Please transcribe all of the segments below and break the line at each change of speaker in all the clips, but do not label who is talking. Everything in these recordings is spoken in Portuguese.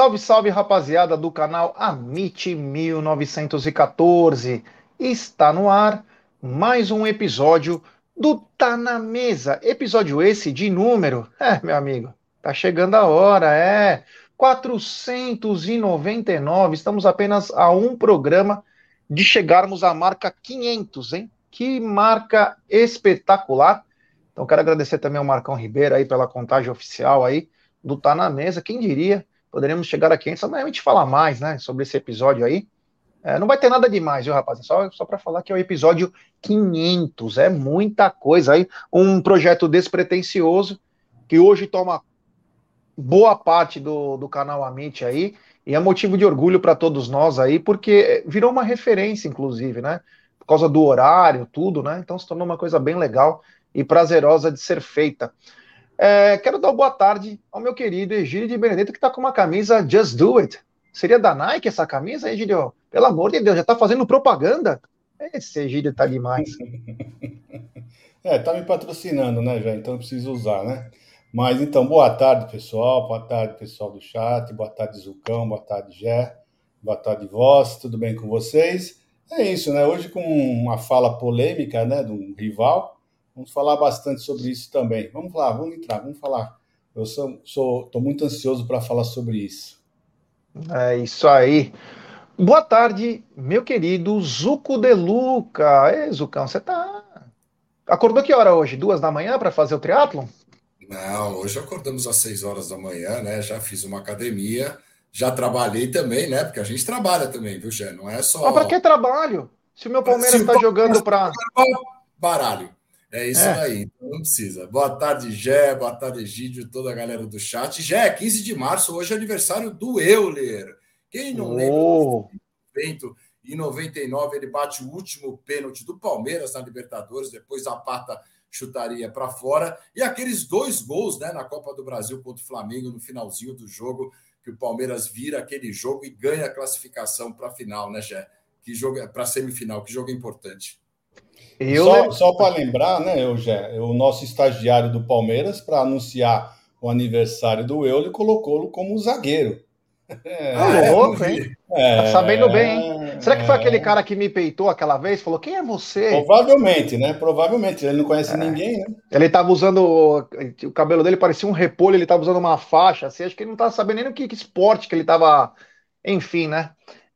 Salve, salve, rapaziada do canal Amit 1914. Está no ar mais um episódio do Tá na Mesa. Episódio esse de número, meu amigo, tá chegando a hora, 499. Estamos apenas a um programa de chegarmos à marca 500, hein? Que marca espetacular. Então quero agradecer também ao Marcão Ribeiro aí pela contagem oficial aí do Tá na Mesa. Quem diria? Poderemos chegar a 500, amanhã a gente fala mais, né, sobre esse episódio aí. Não vai ter nada demais, viu, rapaz? Só para falar que é o episódio 500, é muita coisa aí. Um projeto despretensioso, que hoje toma boa parte do canal Amit aí, e é motivo de orgulho para todos nós aí, porque virou uma referência, inclusive, né? Por causa do horário, tudo, né? Então se tornou uma coisa bem legal e prazerosa de ser feita. Quero dar uma boa tarde ao meu querido Egídio de Benedetto, que está com uma camisa Just Do It. Seria da Nike essa camisa, Egídio? Pelo amor de Deus, já está fazendo propaganda? Esse Egídio tá demais.
Tá me patrocinando, né, já, então eu preciso usar, né? Mas então, boa tarde, pessoal. Boa tarde, pessoal do chat. Boa tarde, Zucão. Boa tarde, Gé. Boa tarde, Voz. Tudo bem com vocês? É isso, né? Hoje com uma fala polêmica, né, de um rival. Vamos falar bastante sobre isso também. Vamos lá, vamos entrar, vamos falar. Eu tô muito ansioso para falar sobre isso.
É isso aí. Boa tarde, meu querido Zuco de Luca. Zucão, você tá. Acordou que hora hoje? 2 da manhã para fazer o triatlon?
Não, hoje acordamos às 6 horas da manhã, né? Já fiz uma academia, já trabalhei também, né? Porque a gente trabalha também, viu, Gé? Não é
Mas para que
só.
trabalho? Se o meu
Se
Palmeiras
o
está jogando
Palmeiras
para.
baralho. É isso
É.
daí, então não precisa. Boa tarde, Gé, boa tarde, Egídio, toda a galera do chat. Gé, 15 de março, hoje é aniversário do Euler. Quem não lembra do
Oh.
evento? Em 99, ele bate o último pênalti do Palmeiras na Libertadores, depois a Pata chutaria para fora. E aqueles 2 gols, né, na Copa do Brasil contra o Flamengo, no finalzinho do jogo, que o Palmeiras vira aquele jogo e ganha a classificação para a final, né, Gé? Que jogo para a semifinal, que jogo importante.
E
Euler.
só para lembrar, né, Eugé, o nosso estagiário do Palmeiras, para anunciar o aniversário do Euler, colocou-lo como zagueiro.
Ô,
Ah, é? Não
louco, hein?
vi.
Tá sabendo bem, hein? Será que foi aquele
É,
cara que me peitou aquela vez? Falou, quem é você?
provavelmente, né? Provavelmente. Ele não conhece ninguém, né?
Ele tava usando. O cabelo dele parecia um repolho, ele tava usando uma faixa, assim, acho que ele não tava sabendo nem o que esporte que ele tava. Enfim, né?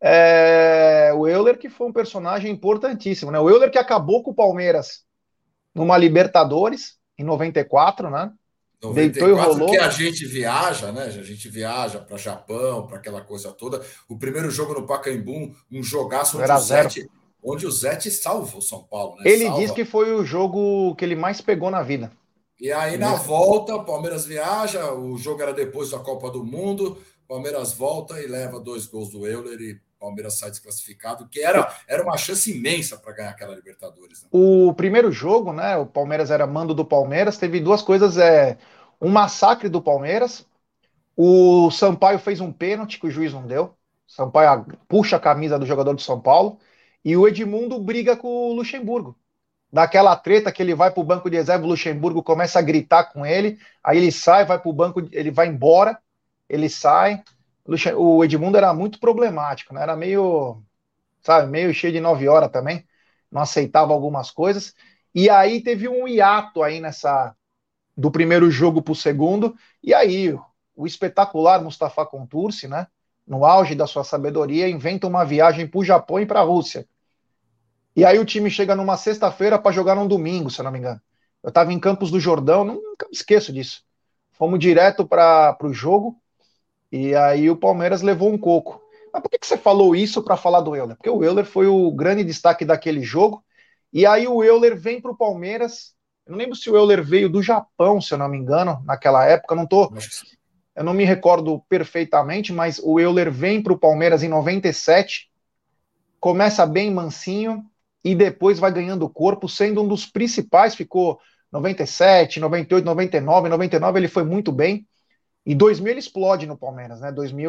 O Euler, que foi um personagem importantíssimo, né? O Euler que acabou com o Palmeiras numa Libertadores, em 94, né? Deitou e
94, que
rolou,
a gente viaja, né? A gente viaja para Japão, para aquela coisa toda. O primeiro jogo no Pacaembu, um jogaço
era zero.
Onde o Zete salva o São Paulo, né?
Ele diz
Salva.
que foi o jogo que ele mais pegou na vida.
E aí,
Ele
na
diz que
volta, o Palmeiras viaja, o jogo era depois da Copa do Mundo, Palmeiras volta e leva 2 gols do Euler e Palmeiras sai desclassificado, que era uma chance imensa para ganhar aquela Libertadores. Né?
o primeiro jogo, né? O Palmeiras era mando do Palmeiras, teve duas coisas: um massacre do Palmeiras. O Sampaio fez um pênalti que o juiz não deu. Sampaio puxa a camisa do jogador de São Paulo. E o Edmundo briga com o Luxemburgo. Daquela treta que ele vai para o banco de reserva, o Luxemburgo começa a gritar com ele. Aí ele sai, vai para o banco, ele vai embora, ele sai. O Edmundo era muito problemático, né? Era meio, sabe, meio cheio de 9 horas também. Não aceitava algumas coisas. E aí teve um hiato aí nessa do primeiro jogo para o segundo, e aí o espetacular Mustafa Contursi, né, no auge da sua sabedoria, inventa uma viagem para o Japão e para a Rússia. E aí o time chega numa sexta-feira para jogar num domingo, se eu não me engano. Eu estava em Campos do Jordão, nunca me esqueço disso. Fomos direto para o jogo, e aí o Palmeiras levou um coco. Mas por que você falou isso para falar do Euler? Porque o Euler foi o grande destaque daquele jogo, e aí o Euler vem para o Palmeiras. Eu não lembro se o Euler veio do Japão, se eu não me engano, naquela época. Eu não me recordo perfeitamente, mas o Euler vem para o Palmeiras em 97, começa bem mansinho e depois vai ganhando corpo, sendo um dos principais. Ficou 97, 98, 99. 99 ele foi muito bem. E 2000 ele explode no Palmeiras, né? 2000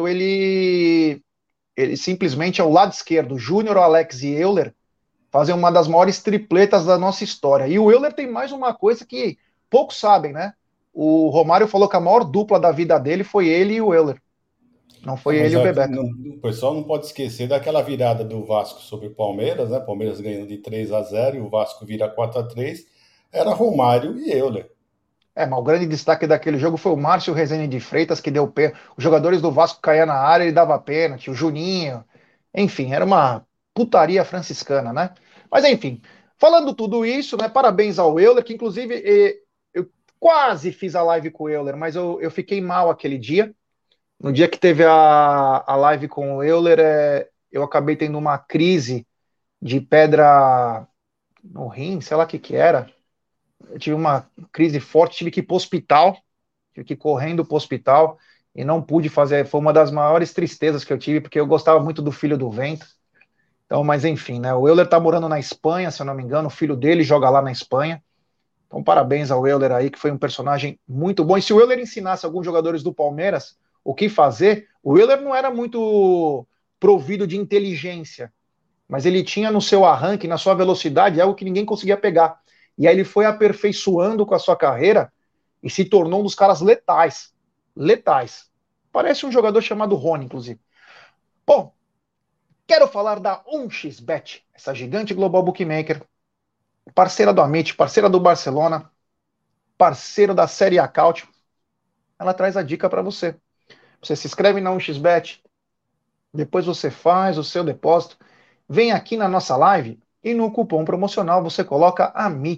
ele simplesmente é o lado esquerdo. Júnior, Alex e Euler fazem uma das maiores tripletas da nossa história. E o Euler tem mais uma coisa que poucos sabem, né? O Romário falou que a maior dupla da vida dele foi ele e o Euler. Não
Não,
foi ele
mas
e o Bebeto.
o pessoal não pode esquecer daquela virada do Vasco sobre o Palmeiras, né? Palmeiras ganhando de 3-0 e o Vasco vira 4-3. Era Romário e Euler.
Mas o grande destaque daquele jogo foi o Márcio Rezende de Freitas, que deu pênalti. Os jogadores do Vasco caíam na área, ele dava pênalti, o Juninho. Enfim, era uma putaria franciscana, né? Mas enfim, falando tudo isso, né? Parabéns ao Euler, que inclusive eu quase fiz a live com o Euler, mas eu fiquei mal aquele dia. No dia que teve a live com o Euler, eu acabei tendo uma crise de pedra no rim, sei lá o que que era. Eu tive uma crise forte, tive que ir para o hospital, tive que ir correndo para o hospital e não pude fazer. Foi uma das maiores tristezas que eu tive, porque eu gostava muito do Filho do Vento. Então, mas enfim, né? O Euler tá morando na Espanha, se eu não me engano, o filho dele joga lá na Espanha. Então, parabéns ao Euler aí, que foi um personagem muito bom. E se o Euler ensinasse alguns jogadores do Palmeiras o que fazer, o Euler não era muito provido de inteligência, mas ele tinha no seu arranque, na sua velocidade, algo que ninguém conseguia pegar. E aí ele foi aperfeiçoando com a sua carreira e se tornou um dos caras letais. Letais. Parece um jogador chamado Rony, inclusive. Bom, quero falar da 1xBet, essa gigante global bookmaker, parceira do Amit, parceira do Barcelona, parceiro da Série A Cautio. Ela traz a dica para você. Você se inscreve na 1xBet, depois você faz o seu depósito, vem aqui na nossa live e no cupom promocional você coloca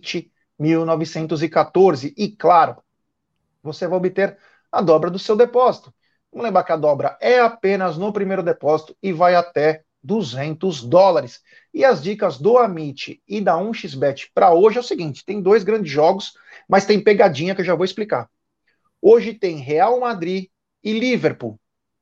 AMIT1914 e claro, você vai obter a dobra do seu depósito. Vamos lembrar que a dobra é apenas no primeiro depósito e vai até US$ 200. E as dicas do Amit e da 1xBet para hoje é o seguinte, tem dois grandes jogos, mas tem pegadinha que eu já vou explicar. Hoje tem Real Madrid e Liverpool.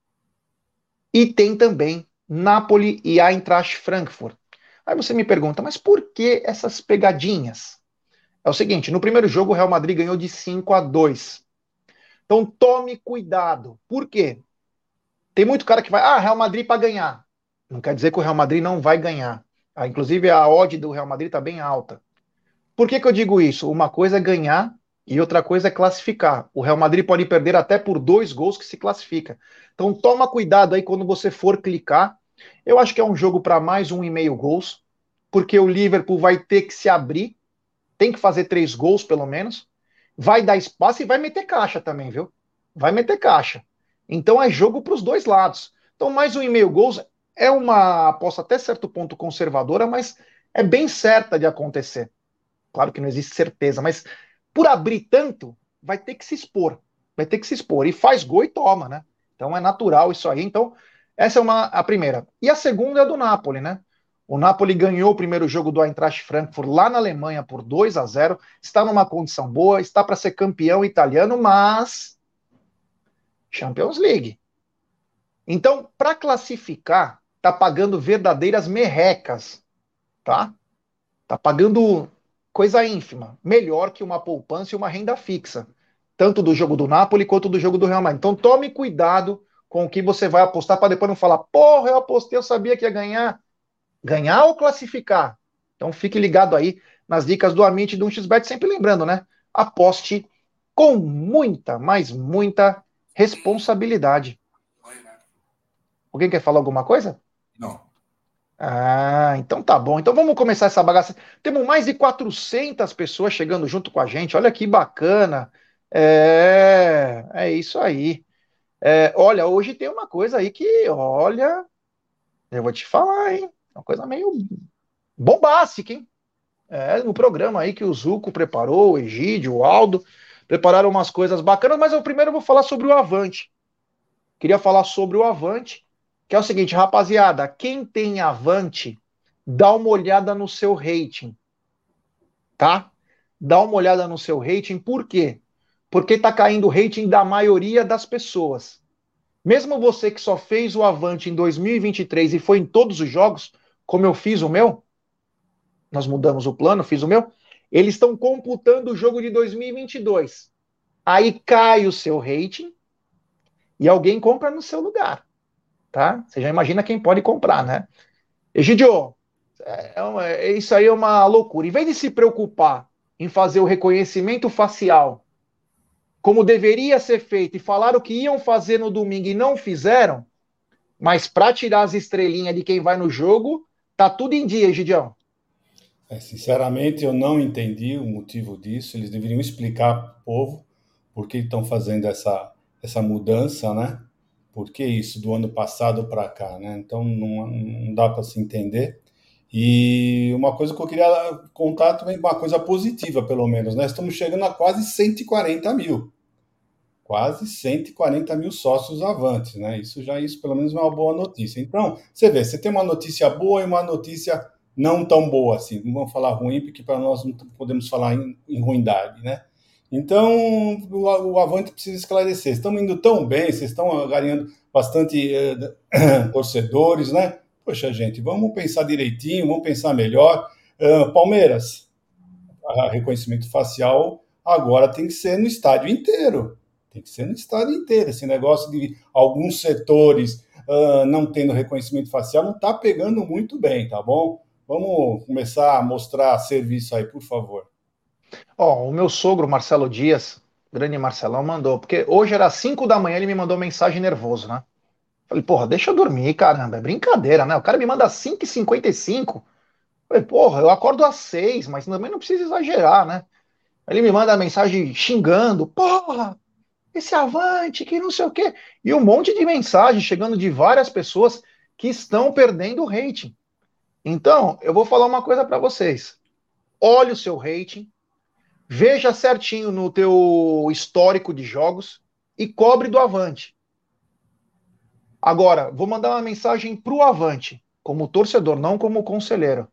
E tem também Napoli e Eintracht Frankfurt. Aí você me pergunta, mas por que essas pegadinhas? É o seguinte, no primeiro jogo o Real Madrid ganhou de 5-2. Então tome cuidado. Por quê? Tem muito cara que vai, Real Madrid para ganhar. Não quer dizer que o Real Madrid não vai ganhar. Inclusive a odd do Real Madrid está bem alta. Por que eu digo isso? Uma coisa é ganhar e outra coisa é classificar. O Real Madrid pode perder até por 2 gols que se classifica. Então toma cuidado aí quando você for clicar. Eu acho que é um jogo para mais 1,5 gols, porque o Liverpool vai ter que se abrir, tem que fazer 3 gols pelo menos, vai dar espaço e vai meter caixa também, viu? Vai meter caixa. Então é jogo para os dois lados. Então mais 1,5 gols é uma aposta até certo ponto conservadora, mas é bem certa de acontecer. Claro que não existe certeza, mas por abrir tanto, vai ter que se expor. Vai ter que se expor. E faz gol e toma, né? Então é natural isso aí. Então, essa é a primeira. E a segunda é a do Napoli, né? O Napoli ganhou o primeiro jogo do Eintracht Frankfurt lá na Alemanha por 2-0. Está numa condição boa, está para ser campeão italiano, mas Champions League. Então, para classificar, tá pagando verdadeiras merrecas, tá? Tá pagando coisa ínfima, melhor que uma poupança e uma renda fixa, tanto do jogo do Napoli quanto do jogo do Real Madrid. Então tome cuidado com o que você vai apostar para depois não falar, porra, eu apostei, eu sabia que ia ganhar. Ganhar ou classificar? Então fique ligado aí nas dicas do Amit e do 1xBet, sempre lembrando, né? Aposte com muita, mas muita responsabilidade. Alguém quer falar alguma coisa?
Não.
Então tá bom. Então vamos começar essa bagaça. Temos mais de 400 pessoas chegando junto com a gente. Olha que bacana. É isso aí. Olha, hoje tem uma coisa aí que, olha, eu vou te falar, hein? Uma coisa meio bombástica, hein? No programa aí que o Zuco preparou, o Egídio, o Aldo, prepararam umas coisas bacanas, mas eu primeiro vou falar sobre o Avante. Queria falar sobre o Avante, que é o seguinte, rapaziada, quem tem Avante, dá uma olhada no seu rating, tá? Dá uma olhada no seu rating, por quê? Porque tá caindo o rating da maioria das pessoas. Mesmo você que só fez o Avante em 2023 e foi em todos os jogos, como eu fiz o meu, nós mudamos o plano, fiz o meu, eles estão computando o jogo de 2022. Aí cai o seu rating e alguém compra no seu lugar. Tá? Você já imagina quem pode comprar, né? Egidio, isso aí é uma loucura. Em vez de se preocupar em fazer o reconhecimento facial como deveria ser feito e falaram que iam fazer no domingo e não fizeram, Mas para tirar as estrelinhas de quem vai no jogo, tá tudo em dia, Gidião.
Sinceramente, eu não entendi o motivo disso. Eles deveriam explicar para o povo por que estão fazendo essa mudança, né? Por que isso do ano passado para cá, né? Então não dá para se entender. E uma coisa que eu queria contar também, uma coisa positiva, pelo menos, né? Estamos chegando a quase 140 mil. Quase 140 mil sócios avantes, né? Isso pelo menos é uma boa notícia. Então, você vê, você tem uma notícia boa e uma notícia não tão boa assim. Não vamos falar ruim, porque para nós não podemos falar em ruindade, né? Então, o Avante precisa esclarecer. Estamos indo tão bem, vocês estão ganhando bastante torcedores, né? Poxa, gente, vamos pensar direitinho, vamos pensar melhor. Palmeiras, reconhecimento facial agora tem que ser no estádio inteiro. Tem que ser no estádio inteiro. Esse negócio de alguns setores não tendo reconhecimento facial não está pegando muito bem, tá bom? Vamos começar a mostrar serviço aí, por favor.
Ó, o meu sogro, Marcelo Dias, grande Marcelão, mandou, porque hoje era 5 da manhã, ele me mandou mensagem nervoso, né? Falei, porra, deixa eu dormir, caramba, é brincadeira, né? O cara me manda às 5h55. Falei, porra, eu acordo às 6, mas também não precisa exagerar, né? Aí ele me manda mensagem xingando, porra, esse Avante, que não sei o quê. E um monte de mensagem chegando de várias pessoas que estão perdendo o rating. Então, eu vou falar uma coisa para vocês. Olhe o seu rating, veja certinho no teu histórico de jogos e cobre do Avante. Agora, vou mandar uma mensagem pro Avante, como torcedor, não como conselheiro.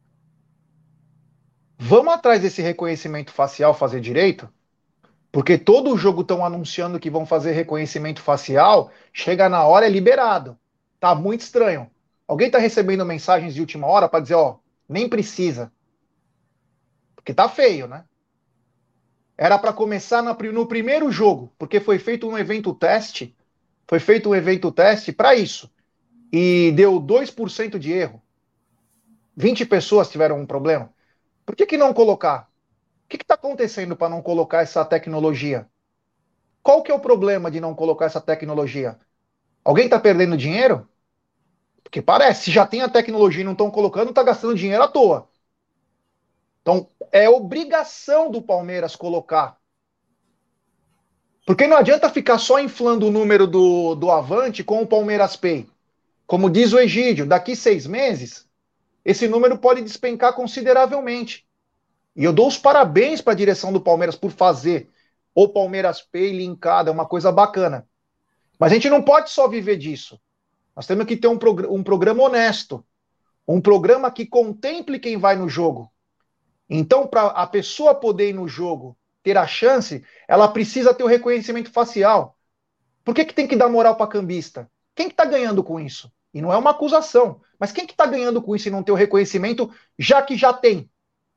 Vamos atrás desse reconhecimento facial fazer direito? Porque todo jogo estão anunciando que vão fazer reconhecimento facial, chega na hora é liberado. Tá muito estranho. Alguém tá recebendo mensagens de última hora para dizer, ó, nem precisa. Porque tá feio, né? Era para começar no primeiro jogo, porque foi feito um evento teste, para isso. E deu 2% de erro. 20 pessoas tiveram um problema. Por que não colocar? O que está acontecendo para não colocar essa tecnologia? Qual que é o problema de não colocar essa tecnologia? Alguém está perdendo dinheiro? Porque parece, se já tem a tecnologia e não estão colocando, está gastando dinheiro à toa. Então, é obrigação do Palmeiras colocar. Porque não adianta ficar só inflando o número do Avante com o Palmeiras Pay. Como diz o Egídio, daqui 6 meses, esse número pode despencar consideravelmente. E eu dou os parabéns para a direção do Palmeiras por fazer o Palmeiras Pay linkado, é uma coisa bacana. Mas a gente não pode só viver disso. Nós temos que ter um programa honesto, um programa que contemple quem vai no jogo. Então, para a pessoa poder ir no jogo, ter a chance, ela precisa ter o reconhecimento facial. Por que tem que dar moral para cambista? Quem que está ganhando com isso? E não é uma acusação, mas quem que está ganhando com isso e não ter o reconhecimento, já que já tem?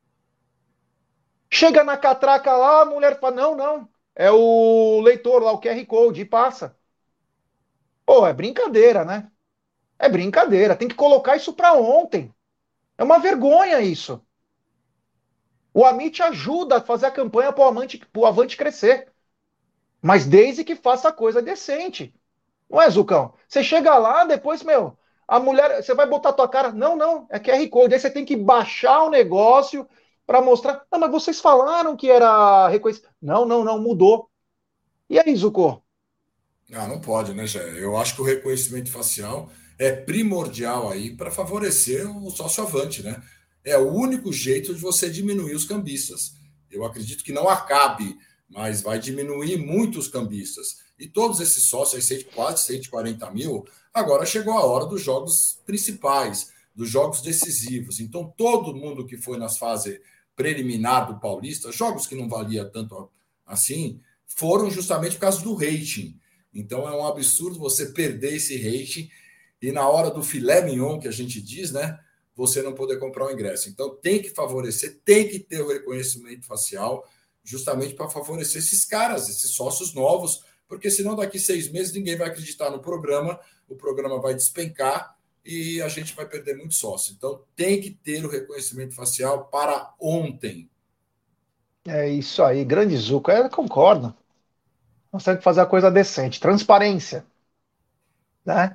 Chega na catraca lá, a mulher fala, não, não, é o leitor lá, o QR Code, e passa. Pô, é brincadeira, né? É brincadeira, tem que colocar isso para ontem. É uma vergonha isso. O Amit ajuda a fazer a campanha para o Avante crescer, mas desde que faça coisa decente. Não é, Zucão? Você chega lá, depois, meu, a mulher, você vai botar a tua cara. Não, não, é QR Code. Aí você tem que baixar o negócio para mostrar. Não, mas vocês falaram que era reconhecido. Não, não, não, mudou. E aí, Zucco?
Ah, não pode, né, Jé? Eu acho que o reconhecimento facial é primordial aí para favorecer o sócio-avante, né? É o único jeito de você diminuir os cambistas. Eu acredito que não acabe, mas vai diminuir muito os cambistas. E todos esses sócios, quase 140 mil, agora chegou a hora dos jogos principais, dos jogos decisivos. Então, todo mundo que foi nas fases preliminar do Paulista, jogos que não valia tanto assim, foram justamente por causa do rating. Então é um absurdo você perder esse rating e na hora do filé mignon, que a gente diz, né? Você não poder comprar o ingresso. Então tem que favorecer, tem que ter o reconhecimento facial, justamente para favorecer esses caras, esses sócios novos, porque senão daqui 6 meses ninguém vai acreditar no programa, o programa vai despencar e a gente vai perder muito sócio. Então tem que ter o reconhecimento facial para ontem.
É isso aí, grande Zucco. Eu concordo. Nós temos que fazer a coisa decente. Transparência, né?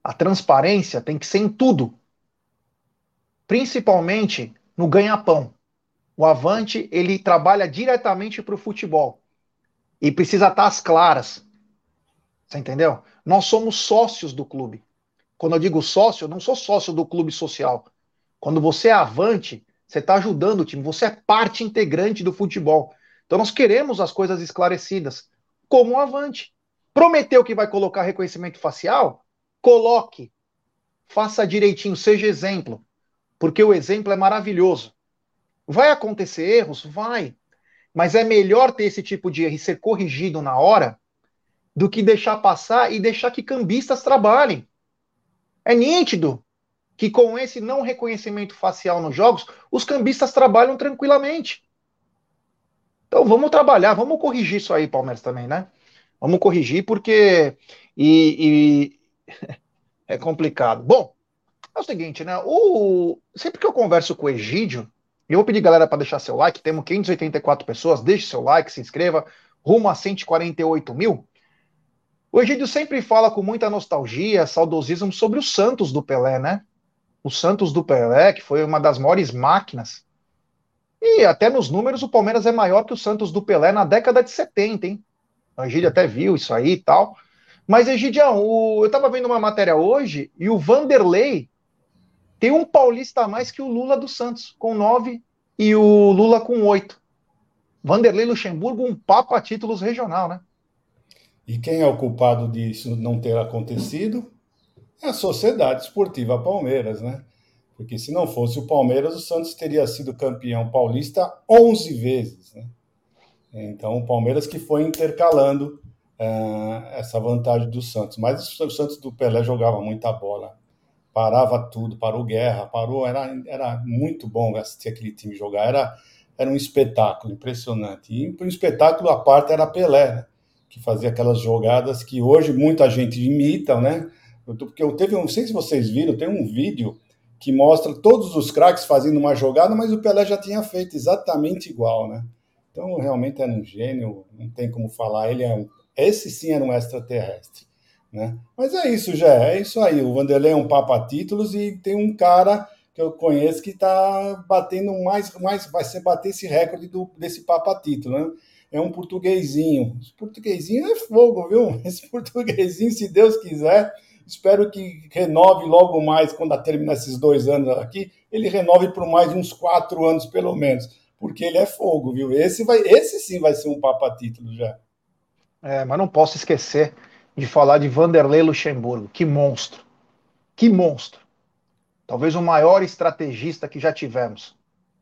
A transparência tem que ser em tudo, principalmente no ganha-pão. O Avante, ele trabalha diretamente para o futebol e precisa estar às claras, você entendeu? Nós somos sócios do clube. Quando eu digo sócio, eu não sou sócio do clube social. Quando você é Avante, você está ajudando o time, você é parte integrante do futebol. Então nós queremos as coisas esclarecidas, como o Avante. Prometeu que vai colocar reconhecimento facial? Coloque, faça direitinho, seja exemplo, porque o exemplo é maravilhoso. Vai acontecer erros? Vai. Mas é melhor ter esse tipo de erro e ser corrigido na hora do que deixar passar e deixar que cambistas trabalhem. É nítido que com esse não reconhecimento facial nos jogos, os cambistas trabalham tranquilamente. Então vamos trabalhar, vamos corrigir isso aí, Palmeiras, também, né? Vamos corrigir porque é complicado. Bom, é o seguinte, né? Sempre que eu converso com o Egídio, eu vou pedir galera para deixar seu like, temos 584 pessoas, deixe seu like, se inscreva, rumo a 148 mil. O Egídio sempre fala com muita nostalgia, saudosismo sobre o Santos do Pelé, né? O Santos do Pelé, que foi uma das maiores máquinas. E até nos números o Palmeiras é maior que o Santos do Pelé na década de 70, hein? O Egídio até viu isso aí e tal. Mas, Egidião, eu estava vendo uma matéria hoje e o Vanderlei tem um paulista a mais que o Lula do Santos, com 9 e o Lula com 8. Vanderlei Luxemburgo, um papo a títulos regional, né?
E quem é o culpado disso não ter acontecido? É a Sociedade Esportiva Palmeiras, né? Porque se não fosse o Palmeiras, o Santos teria sido campeão paulista 11 vezes, né? Então, o Palmeiras que foi intercalando essa vantagem do Santos. Mas o Santos do Pelé jogava muita bola, parava tudo, parou guerra, parou, era muito bom assistir aquele time jogar, era um espetáculo impressionante. E um espetáculo à parte era Pelé, né? Que fazia aquelas jogadas que hoje muita gente imita, né? Porque não sei se vocês viram, tem um vídeo que mostra todos os craques fazendo uma jogada, mas o Pelé já tinha feito exatamente igual, né? Então, realmente era um gênio, não tem como falar, esse sim era um extraterrestre, né? Mas é isso, Jé, é isso aí, o Vanderlei é um papa-títulos e tem um cara que eu conheço que está batendo vai ser bater esse recorde desse papa-título, né? É um portuguesinho. Esse portuguesinho é fogo, viu? Esse portuguesinho, se Deus quiser, espero que renove logo mais, quando terminar esses 2 anos aqui, ele renove por mais uns 4 anos, pelo menos, porque ele é fogo, viu? Esse sim vai ser um papa-título já.
Mas não posso esquecer de falar de Vanderlei Luxemburgo. Que monstro! Que monstro! Talvez o maior estrategista que já tivemos.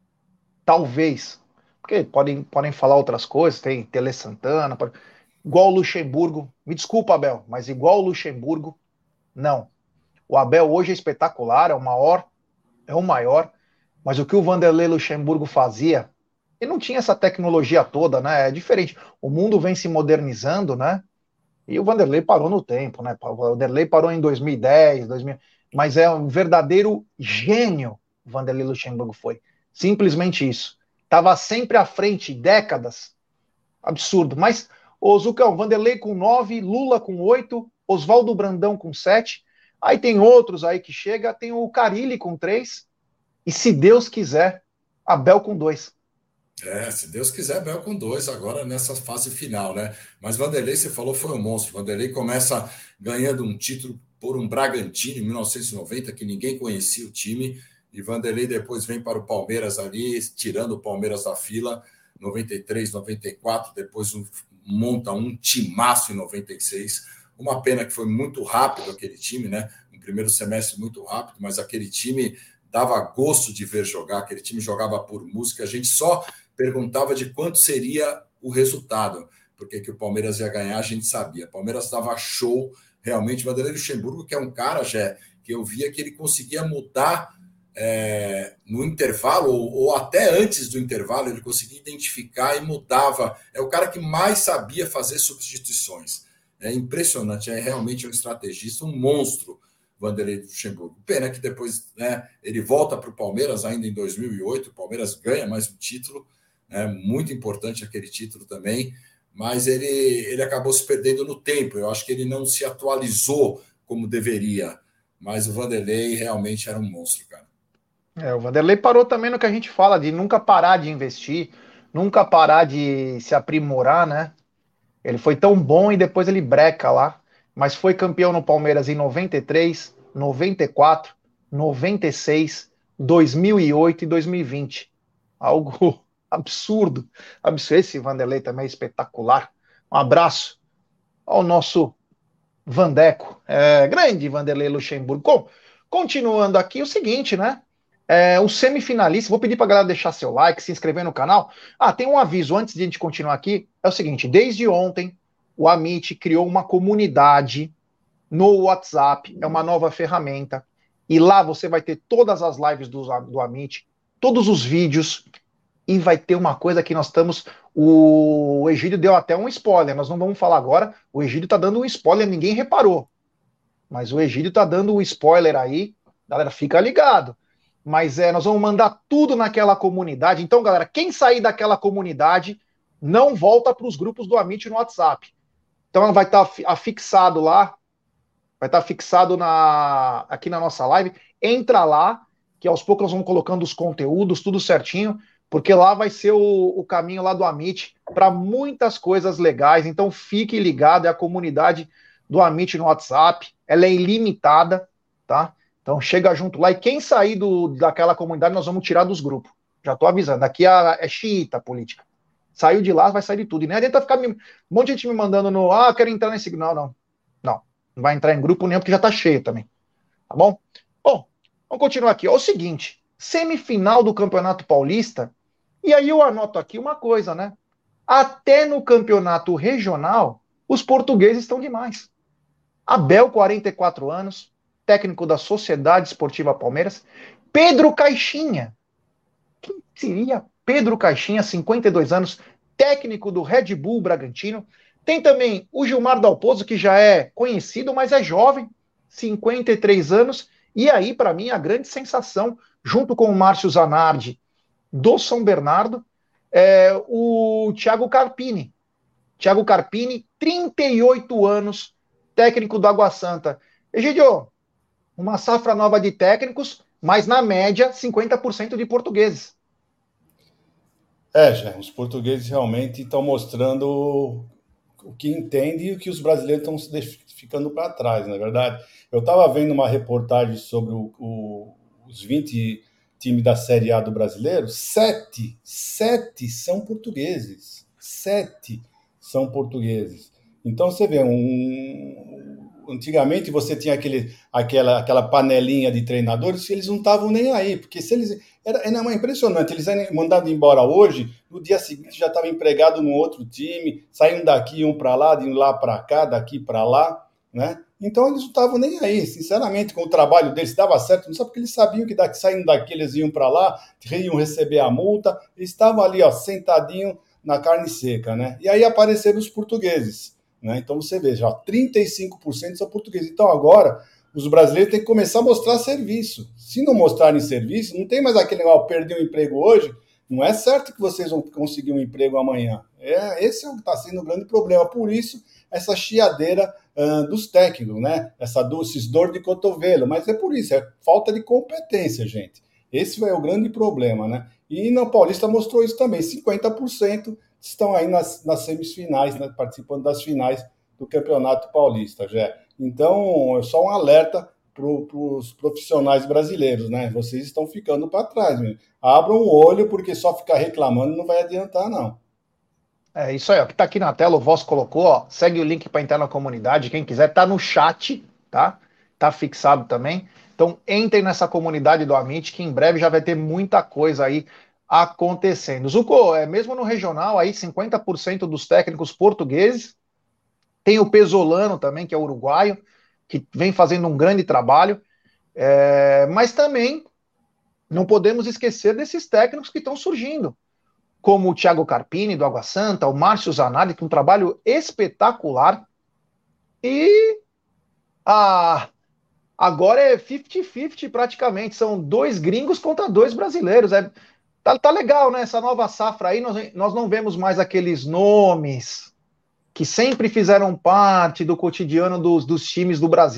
Talvez. Porque podem falar outras coisas, tem Tele Santana, igual o Luxemburgo. Me desculpa, Abel, mas igual o Luxemburgo, não. O Abel hoje é espetacular, é o maior, mas o que o Vanderlei Luxemburgo fazia, ele não tinha essa tecnologia toda, né? É diferente. O mundo vem se modernizando, né? E o Vanderlei parou no tempo, né? O Vanderlei parou em 2010, 2000, mas é um verdadeiro gênio, o Vanderlei Luxemburgo foi. Simplesmente isso. Estava sempre à frente, décadas. Absurdo. Mas, o Zucão, Vanderlei com 9, Lula com 8, Oswaldo Brandão com 7. Aí tem outros aí que chega, tem o Carille com 3. E se Deus quiser, Abel com 2.
Se Deus quiser, Bel com 2 agora nessa fase final, né? Mas Vanderlei, você falou, foi um monstro. Vanderlei começa ganhando um título por um Bragantino em 1990, que ninguém conhecia o time, e Vanderlei depois vem para o Palmeiras ali, tirando o Palmeiras da fila, 93, 94, depois monta um timaço em 96. Uma pena que foi muito rápido aquele time, né? Um primeiro semestre muito rápido, mas aquele time dava gosto de ver jogar, aquele time jogava por música, a gente só perguntava de quanto seria o resultado, porque que o Palmeiras ia ganhar, a gente sabia. O Palmeiras dava show, realmente. O Vanderlei Luxemburgo, que é um cara, já que eu via que ele conseguia mudar no intervalo, ou até antes do intervalo, ele conseguia identificar e mudava. É o cara que mais sabia fazer substituições. É impressionante, é realmente um estrategista, um monstro, Vanderlei Luxemburgo. Pena que depois, né, ele volta para o Palmeiras ainda em 2008, o Palmeiras ganha mais um título, muito importante aquele título também, mas ele acabou se perdendo no tempo. Eu acho que ele não se atualizou como deveria. mas o Vanderlei realmente era um monstro, cara.
O Vanderlei parou também no que a gente fala, de nunca parar de investir, nunca parar de se aprimorar, né? Ele foi tão bom e depois ele breca lá, mas foi campeão no Palmeiras em 93, 94, 96, 2008 e 2020. Algo absurdo. Absurdo. Esse Vanderlei também é espetacular. Um abraço ao nosso Vandeco, grande Vanderlei Luxemburgo. Continuando aqui, o seguinte, né? O semifinalista, vou pedir para a galera deixar seu like, se inscrever no canal. Tem um aviso antes de a gente continuar aqui. É o seguinte: desde ontem, o Amit criou uma comunidade no WhatsApp, é uma nova ferramenta. E lá você vai ter todas as lives do Amit, todos os vídeos. E vai ter uma coisa que nós estamos. O Egídio deu até um spoiler, nós não vamos falar agora. O Egídio está dando um spoiler, ninguém reparou. Mas o Egídio está dando um spoiler aí. Galera, fica ligado. Mas nós vamos mandar tudo naquela comunidade. Então, galera, quem sair daquela comunidade não volta para os grupos do Amit no WhatsApp. Então, vai estar afixado lá. Vai estar fixado aqui na nossa live. Entra lá, que aos poucos nós vamos colocando os conteúdos, tudo certinho, porque lá vai ser o caminho lá do Amit para muitas coisas legais. Então fique ligado, é a comunidade do Amit no WhatsApp, ela é ilimitada, tá? Então chega junto lá e quem sair daquela comunidade nós vamos tirar dos grupos. Já estou avisando, aqui é xiita a política. Saiu de lá, vai sair de tudo. E nem adianta ficar um monte de gente me mandando quero entrar nesse... Não vai entrar em grupo nenhum porque já tá cheio também. Tá bom? Bom, vamos continuar aqui. É o seguinte, semifinal do Campeonato Paulista, e aí eu anoto aqui uma coisa, né? Até no campeonato regional, os portugueses estão demais. Abel, 44 anos, técnico da Sociedade Esportiva Palmeiras. Pedro Caixinha. Quem seria Pedro Caixinha, 52 anos, técnico do Red Bull Bragantino. Tem também o Gilmar Dalpozo, que já é conhecido, mas é jovem, 53 anos. E aí, para mim, a grande sensação, junto com o Márcio Zanardi, do São Bernardo, o Thiago Carpini. Thiago Carpini, 38 anos, técnico do Água Santa. Egidio, uma safra nova de técnicos, mas na média, 50% de portugueses.
Já, os portugueses realmente estão mostrando o que entendem e o que os brasileiros estão ficando para trás, na verdade. Eu estava vendo uma reportagem sobre os 20 times da Série A do brasileiro, sete são portugueses. 7 são portugueses. Então, você vê, antigamente você tinha aquela panelinha de treinadores, eles não estavam nem aí, porque se eles... Era impressionante, eles eram mandados embora hoje, no dia seguinte já estava empregado num outro time, saindo daqui, um para lá, de lá para cá, daqui para lá, né? Então eles não estavam nem aí, sinceramente, com o trabalho deles, dava certo, não só porque eles sabiam que saindo daqui eles iam para lá, iam receber a multa, eles estavam ali, sentadinho na carne seca, né? E aí apareceram os portugueses, né? Então você vê, já 35% são portugueses. Então agora os brasileiros têm que começar a mostrar serviço. Se não mostrarem serviço, não tem mais aquele negócio, perder um emprego hoje, não é certo que vocês vão conseguir um emprego amanhã. Esse está sendo o grande problema. Por isso, essa chiadeira dos técnicos, né? Esses dor de cotovelo. Mas é por isso, é falta de competência, gente. Esse é o grande problema, né? E no Paulista mostrou isso também. 50% estão aí nas semifinais, né? Participando das finais do Campeonato Paulista, já. Então, é só um alerta para os profissionais brasileiros, né? Vocês estão ficando para trás, mesmo. Abram o olho, porque só ficar reclamando não vai adiantar, não.
É isso aí, ó, que tá aqui na tela, o Voz colocou, ó, segue o link para entrar na comunidade, quem quiser, tá no chat, tá? Tá fixado também. Então, entrem nessa comunidade do Amit, que em breve já vai ter muita coisa aí acontecendo. Zuko, mesmo no regional, aí 50% dos técnicos portugueses, tem o Pesolano também, que é uruguaio, que vem fazendo um grande trabalho, mas também não podemos esquecer desses técnicos que estão surgindo, como o Thiago Carpini, do Água Santa, o Márcio Zanardi, com um trabalho espetacular, e agora é 50-50 praticamente, são 2 gringos contra 2 brasileiros, tá legal, né, essa nova safra aí, nós não vemos mais aqueles nomes que sempre fizeram parte do cotidiano dos times do Brasil.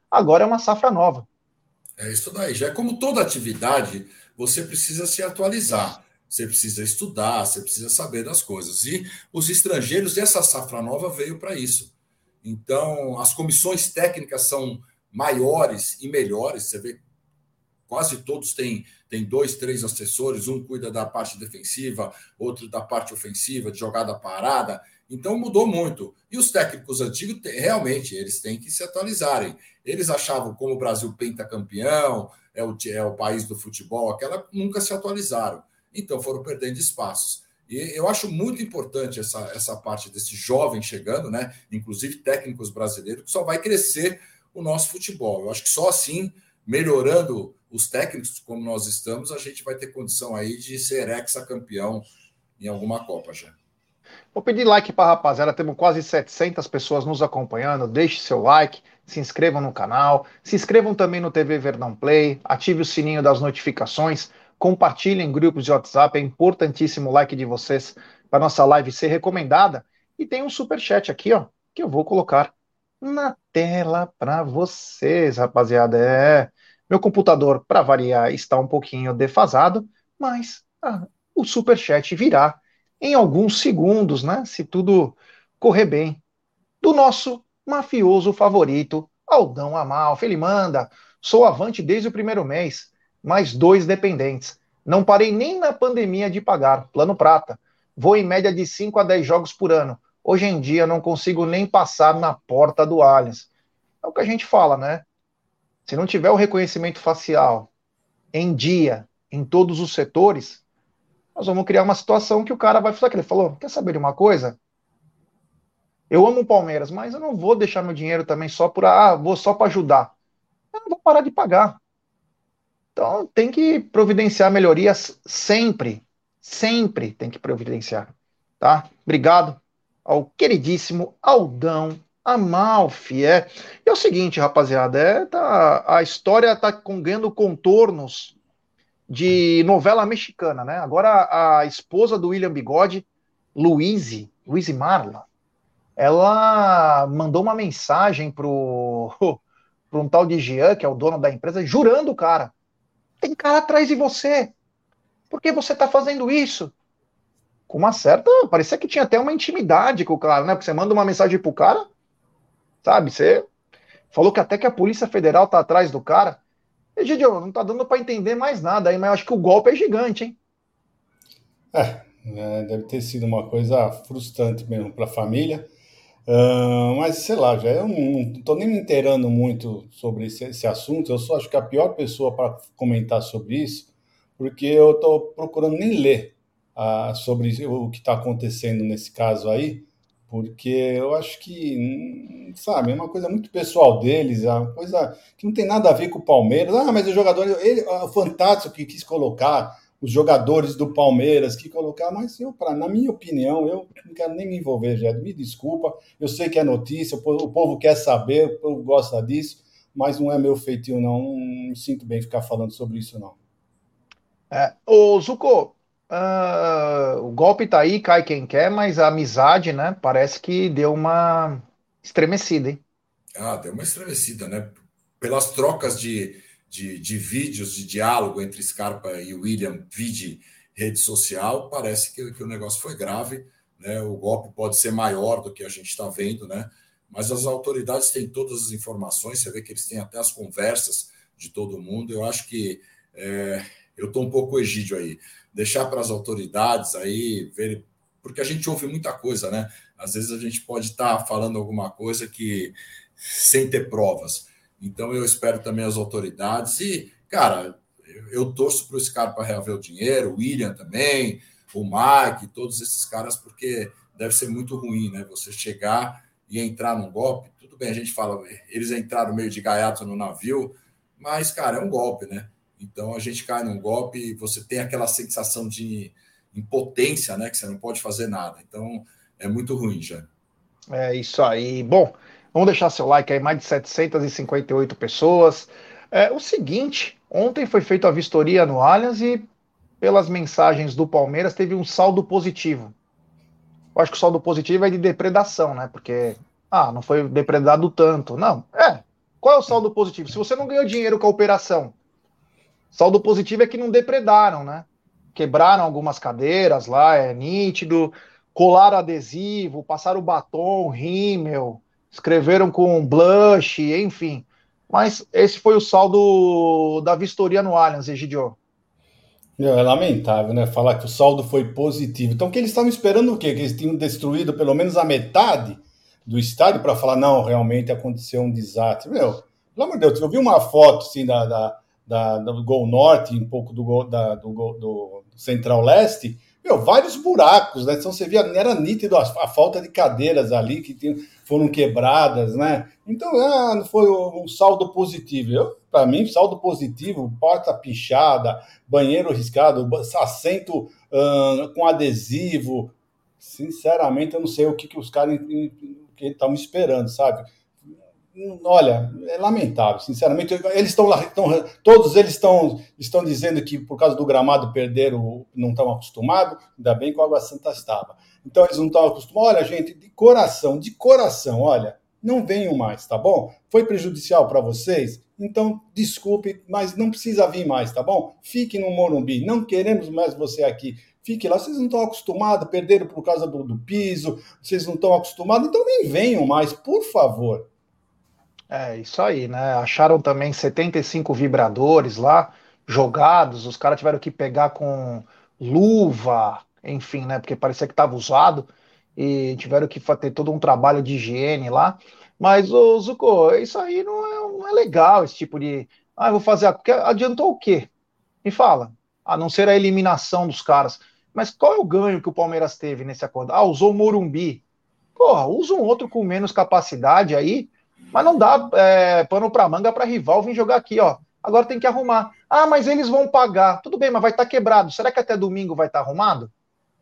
Agora é uma safra nova.
É isso daí. Já é como toda atividade, você precisa se atualizar. Você precisa estudar, você precisa saber das coisas. E os estrangeiros, e essa safra nova veio para isso. Então, as comissões técnicas são maiores e melhores. Você vê, quase todos têm dois, três assessores, um cuida da parte defensiva, outro da parte ofensiva, de jogada parada. Então mudou muito. E os técnicos antigos, realmente, eles têm que se atualizarem. Eles achavam como o Brasil pentacampeão, é o país do futebol, aquela nunca se atualizaram. Então foram perdendo espaços. E eu acho muito importante essa parte desse jovem chegando, né? Inclusive técnicos brasileiros, que só vai crescer o nosso futebol. Eu acho que só assim, melhorando os técnicos como nós estamos, a gente vai ter condição aí de ser hexacampeão em alguma Copa já.
Vou pedir like para a rapaziada, temos quase 700 pessoas nos acompanhando. Deixe seu like, se inscrevam no canal, se inscrevam também no TV Verdão Play, ative o sininho das notificações, compartilhem em grupos de WhatsApp, é importantíssimo o like de vocês para nossa live ser recomendada. E tem um super chat aqui, ó, que eu vou colocar na tela para vocês, rapaziada. Meu computador, para variar, está um pouquinho defasado, mas o super chat virá em alguns segundos, né? Se tudo correr bem. Do nosso mafioso favorito, Aldão Amalfi. Ele manda: sou avante desde o primeiro mês, mais 2 dependentes. Não parei nem na pandemia de pagar. Plano prata. Vou em média de 5 a 10 jogos por ano. Hoje em dia não consigo nem passar na porta do Allianz. É o que a gente fala, né? Se não tiver o reconhecimento facial em dia, em todos os setores, nós vamos criar uma situação que o cara vai falar que ele falou: quer saber de uma coisa? Eu amo o Palmeiras, mas eu não vou deixar meu dinheiro também só por vou só para ajudar. Eu não vou parar de pagar. Então tem que providenciar melhorias sempre, sempre tem que providenciar, tá? Obrigado ao queridíssimo Aldão Amalfi. E é o seguinte, rapaziada, a história tá ganhando contornos de novela mexicana, né? Agora a esposa do William Bigode, Luíse Marla, ela mandou uma mensagem pro um tal de Jean, que é o dono da empresa, jurando o cara: tem cara atrás de você, por que você tá fazendo isso? Com uma certa, parecia que tinha até uma intimidade com o cara, né? Porque você manda uma mensagem pro cara, sabe? Você falou que até que a Polícia Federal tá atrás do cara. Egidio, não tá dando para entender mais nada aí, mas eu acho que o golpe é gigante, hein?
Deve ter sido uma coisa frustrante mesmo para a família. Mas sei lá, já eu não estou nem me inteirando muito sobre esse assunto. Eu só acho que a pior pessoa para comentar sobre isso, porque eu estou procurando nem ler sobre o que está acontecendo nesse caso aí, porque eu acho que, sabe, é uma coisa muito pessoal deles, é uma coisa que não tem nada a ver com o Palmeiras. Mas o jogador, o Fantástico que quis colocar os jogadores do Palmeiras que colocar, mas na minha opinião, eu não quero nem me envolver, já. Me desculpa, eu sei que é notícia, o povo quer saber, o povo gosta disso, mas não é meu feitio, não. Não me sinto bem ficar falando sobre isso, não.
Ô, Zuko, o golpe tá aí, cai quem quer, mas a amizade, né, parece que deu uma estremecida, hein?
Deu uma estremecida, né? Pelas trocas de vídeos, de diálogo entre Scarpa e William, vide rede social, parece que o negócio foi grave, né? O golpe pode ser maior do que a gente está vendo, né? Mas as autoridades têm todas as informações, você vê que eles têm até as conversas de todo mundo. Eu acho que eu estou um pouco egídio aí. Deixar para as autoridades aí ver, porque a gente ouve muita coisa, né? Às vezes a gente pode estar falando alguma coisa que sem ter provas. Então eu espero também as autoridades e, cara, eu torço para o Scarpa reaver o dinheiro, o William também, o Mike, todos esses caras, porque deve ser muito ruim, né? Você chegar e entrar num golpe. Tudo bem, a gente fala, eles entraram meio de gaiato no navio, mas, cara, é um golpe, né? Então a gente cai num golpe e você tem aquela sensação de impotência, né? Que você não pode fazer nada. Então é muito ruim já.
É isso aí. Bom, vamos deixar seu like aí, mais de 758 pessoas. O seguinte, ontem foi feita a vistoria no Allianz e, pelas mensagens do Palmeiras, teve um saldo positivo. Eu acho que o saldo positivo é de depredação, né? Porque, não foi depredado tanto. Não, Qual é o saldo positivo? Se você não ganhou dinheiro com a operação, saldo positivo é que não depredaram, né? Quebraram algumas cadeiras lá, é nítido, colaram adesivo, passaram batom, rímel, escreveram com blush, enfim. Mas esse foi o saldo da vistoria no Allianz, Egidio.
Meu, é lamentável, né? Falar que o saldo foi positivo. Então, que eles estavam esperando o quê? Que eles tinham destruído pelo menos a metade do estádio para falar, não, realmente aconteceu um desastre. Meu, pelo amor de Deus, eu vi uma foto assim do Gol Norte, um pouco do Central Leste, meu, vários buracos, né? Então você via, era nítido a falta de cadeiras ali foram quebradas, né? Então, não foi um saldo positivo. Para mim, saldo positivo, porta pichada, banheiro riscado, assento com adesivo. Sinceramente, eu não sei o que os caras estão esperando, sabe? Olha, é lamentável, sinceramente. Eles estão lá, todos eles estão dizendo que por causa do gramado perderam, não estão acostumados, ainda bem que o Água Santa estava. Então eles não estão acostumados. Olha, gente, de coração, olha, não venham mais, tá bom? Foi prejudicial para vocês? Então, desculpe, mas não precisa vir mais, tá bom? Fique no Morumbi, não queremos mais você aqui. Fique lá, vocês não estão acostumados, perderam por causa do piso, vocês não estão acostumados, então nem venham mais, por favor.
É isso aí, né? Acharam também 75 vibradores lá jogados, os caras tiveram que pegar com luva, enfim, né? Porque parecia que estava usado e tiveram que ter todo um trabalho de higiene lá. Mas, ô Zuko, isso aí não é legal, esse tipo de. Ah, eu vou fazer. Porque adiantou o quê? Me fala. A não ser a eliminação dos caras. Mas qual é o ganho que o Palmeiras teve nesse acordo? Ah, usou o Morumbi. Porra, usa um outro com menos capacidade aí, mas não dá pano pra manga pra rival vir jogar aqui, ó. Agora tem que arrumar. Ah, mas eles vão pagar. Tudo bem, mas vai estar quebrado. Será que até domingo vai estar arrumado?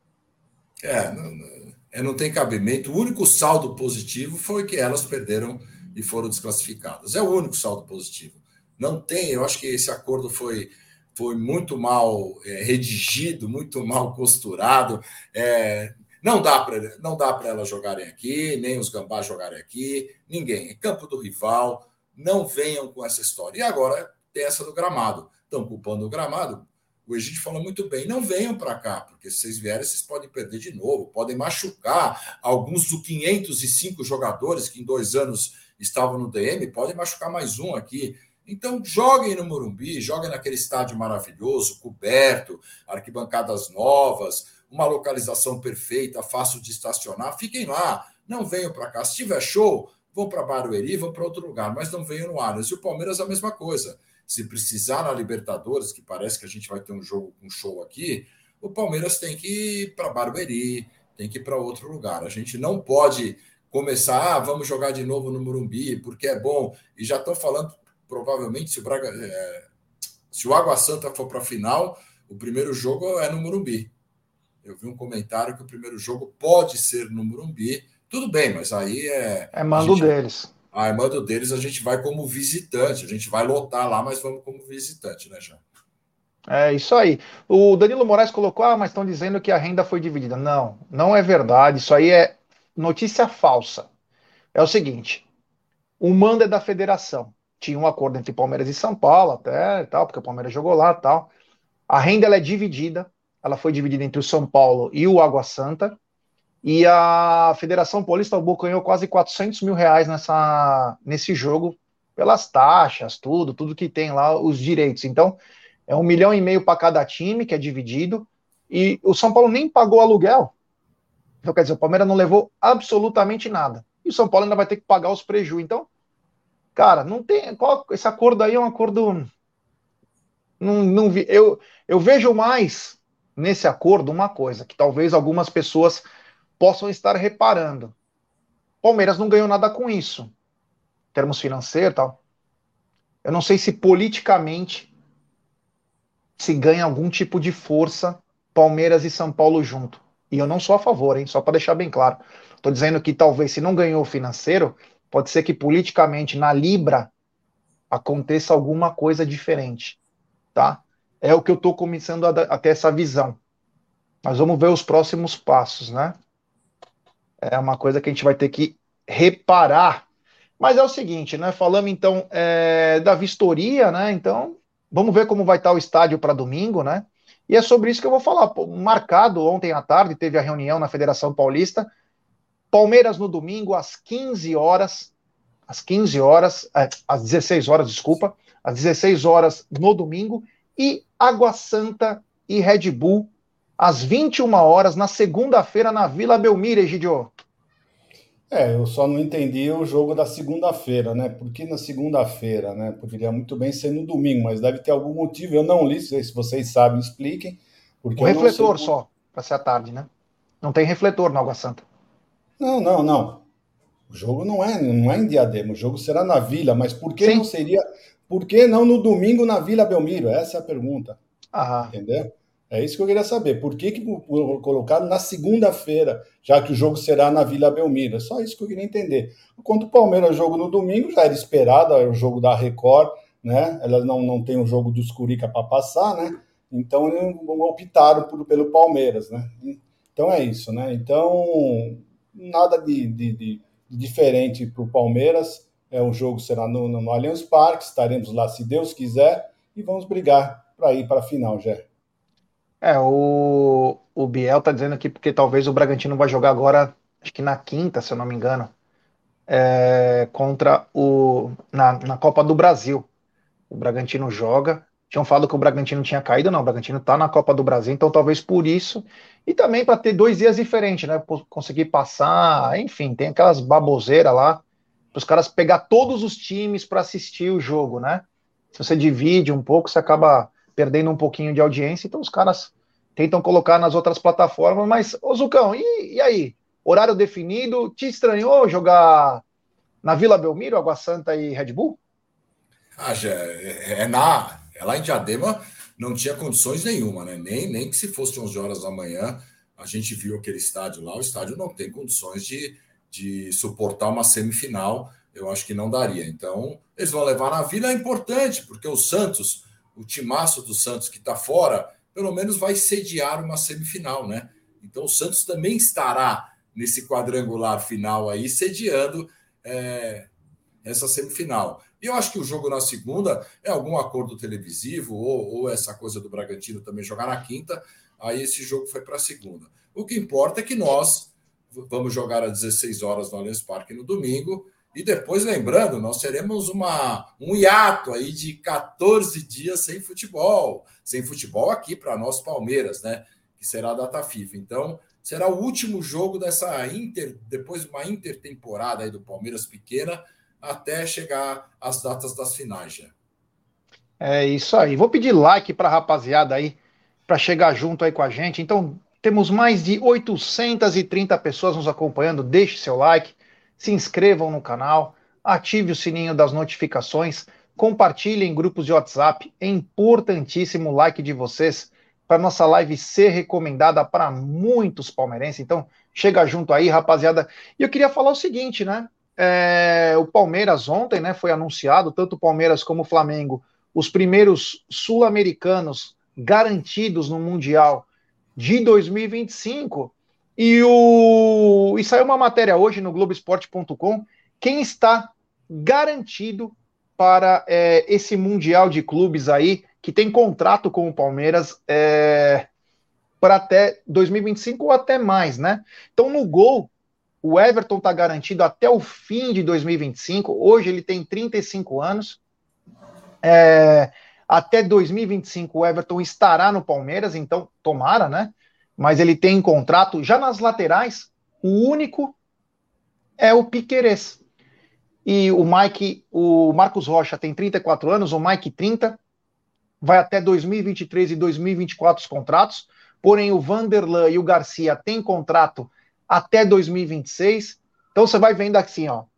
Não tem cabimento. O único saldo positivo foi que elas perderam e foram desclassificadas. É o único saldo positivo. Não tem, eu acho que esse acordo foi muito mal redigido, muito mal costurado. Não dá para elas jogarem aqui, nem os gambás jogarem aqui, ninguém. É campo do rival, não venham com essa história. E agora tem essa do gramado. Estão culpando o gramado. O Egídio falou muito bem, não venham para cá, porque se vocês vierem, vocês podem perder de novo, podem machucar alguns dos 505 jogadores que em 2 anos estavam no DM, podem machucar mais um aqui. Então, joguem no Morumbi, joguem naquele estádio maravilhoso, coberto, arquibancadas novas, uma localização perfeita, fácil de estacionar. Fiquem lá, não venham para cá. Se tiver show, vão para Barueri, vão para outro lugar, mas não venham no Allianz. E o Palmeiras a mesma coisa. Se precisar na Libertadores, que parece que a gente vai ter um show aqui, o Palmeiras tem que ir para Barueri, tem que ir para outro lugar. A gente não pode começar, vamos jogar de novo no Morumbi, porque é bom. E já estão falando, provavelmente, se o Água Santa for para a final, o primeiro jogo é no Morumbi. Eu vi um comentário que o primeiro jogo pode ser no Morumbi. Tudo bem, mas aí
É mando deles.
a mando deles a gente vai como visitante, a gente vai lotar lá, mas vamos como visitante, né, já?
É isso aí. O Danilo Moraes colocou, mas estão dizendo que a renda foi dividida. Não, não é verdade. Isso aí é notícia falsa. É o seguinte: o mando é da federação. Tinha um acordo entre Palmeiras e São Paulo, até tal, porque o Palmeiras jogou lá, tal. A renda ela é dividida. Ela foi dividida entre o São Paulo e o Água Santa. E a Federação Paulista abocanhou quase 400 mil reais nesse jogo, pelas taxas, tudo que tem lá, os direitos. Então, é 1,5 milhão para cada time, que é dividido, e o São Paulo nem pagou aluguel. Então, quer dizer, o Palmeiras não levou absolutamente nada. E o São Paulo ainda vai ter que pagar os prejuízos. Então, cara, não tem. Esse acordo aí é um acordo. Não vi, eu vejo mais nesse acordo uma coisa, que talvez algumas pessoas possam estar reparando. Palmeiras não ganhou nada com isso, em termos financeiros e tal. Eu não sei se politicamente se ganha algum tipo de força Palmeiras e São Paulo junto. E eu não sou a favor, hein? Só para deixar bem claro. Estou dizendo que talvez se não ganhou o financeiro, pode ser que politicamente na Libra aconteça alguma coisa diferente, tá? É o que eu estou começando a ter essa visão. Mas vamos ver os próximos passos, né? É uma coisa que a gente vai ter que reparar Mas é o seguinte, né? Falamos então da vistoria, né? Então, vamos ver como vai estar o estádio para domingo, né? E é sobre isso que eu vou falar. Pô, marcado ontem à tarde, teve a reunião na Federação Paulista. Palmeiras no domingo, às 15 horas. Às 15 horas, às 16 horas, desculpa. Às 16 horas no domingo. E Água Santa e Red Bull, às 21 horas, na segunda-feira, na Vila Belmiro, Egidio.
Eu só não entendi o jogo da segunda-feira, né? Por que na segunda-feira, né? Poderia muito bem ser no domingo, mas deve ter algum motivo. Eu não li, se vocês sabem, expliquem,
O
porque eu não sei.
refletor só, para ser à tarde, né? Não tem refletor na Água Santa.
Não, não, não. O jogo não é em Diadema, o jogo será na Vila, mas por que não
Sim.
seria, por que não no domingo na Vila Belmiro? Essa é a pergunta,
Ah,
entendeu? É isso que eu queria saber. Por que colocaram na segunda-feira, já que o jogo será na Vila Belmiro? É só isso que eu queria entender. Enquanto o Palmeiras jogo no domingo, já era esperado, é o jogo da Record, né? Elas não tem o jogo dos Curica para passar, né? Então optaram pelo Palmeiras, né? Então é isso, né? Então nada de diferente para o Palmeiras. O jogo será no Allianz Parque, estaremos lá se Deus quiser e vamos brigar para ir para a final, já.
o Biel tá dizendo aqui porque talvez o Bragantino vai jogar agora, acho que na quinta, se eu não me engano, contra na Copa do Brasil. O Bragantino joga. Tinham falado que o Bragantino tinha caído, não. O Bragantino tá na Copa do Brasil, então talvez por isso. E também para ter 2 dias diferentes, né? Conseguir passar, enfim, tem aquelas baboseiras lá, para os caras pegar todos os times para assistir o jogo, né? Se você divide um pouco, você acaba perdendo um pouquinho de audiência, então os caras tentam colocar nas outras plataformas, mas, ô Zucão, e aí? Horário definido? Te estranhou jogar na Vila Belmiro, Água Santa e Red Bull?
Já é lá em Diadema não tinha condições nenhuma, né? Nem que se fosse 11 horas da manhã, a gente viu aquele estádio lá, o estádio não tem condições de suportar uma semifinal, eu acho que não daria. Então, eles vão levar na Vila, é importante, porque o Santos, o timaço do Santos que está fora, pelo menos vai sediar uma semifinal, né? Então, o Santos também estará nesse quadrangular final aí, sediando essa semifinal. E eu acho que o jogo na segunda é algum acordo televisivo ou essa coisa do Bragantino também jogar na quinta, aí esse jogo foi para a segunda. O que importa é que nós vamos jogar às 16 horas no Allianz Parque no domingo e depois, lembrando, nós teremos um hiato aí de 14 dias sem futebol aqui para nós Palmeiras, né? Que será a data FIFA. Então, será o último jogo dessa depois de uma intertemporada aí do Palmeiras pequena, até chegar às datas das finais, já.
É isso aí. Vou pedir like para a rapaziada aí, para chegar junto aí com a gente. Então, temos mais de 830 pessoas nos acompanhando. Deixe seu like, se inscrevam no canal, ative o sininho das notificações, compartilhem em grupos de WhatsApp. É importantíssimo o like de vocês para nossa live ser recomendada para muitos palmeirenses. Então, chega junto aí, rapaziada. E eu queria falar o seguinte, né? O Palmeiras ontem, né, foi anunciado, tanto o Palmeiras como o Flamengo, os primeiros sul-americanos garantidos no Mundial de 2025. E saiu uma matéria hoje no Globoesporte.com. Quem está garantido para esse Mundial de Clubes aí, que tem contrato com o Palmeiras para até 2025 ou até mais, né? Então, no gol, o Everton está garantido até o fim de 2025. Hoje ele tem 35 anos. Até 2025 o Everton estará no Palmeiras, então tomara, né? Mas ele tem contrato já nas laterais. O único é o Piquerez. E o Marcos Rocha tem 34 anos, o Mike 30, vai até 2023 e 2024 os contratos. Porém, o Vanderlan e o Garcia têm contrato até 2026. Então você vai vendo assim, ó.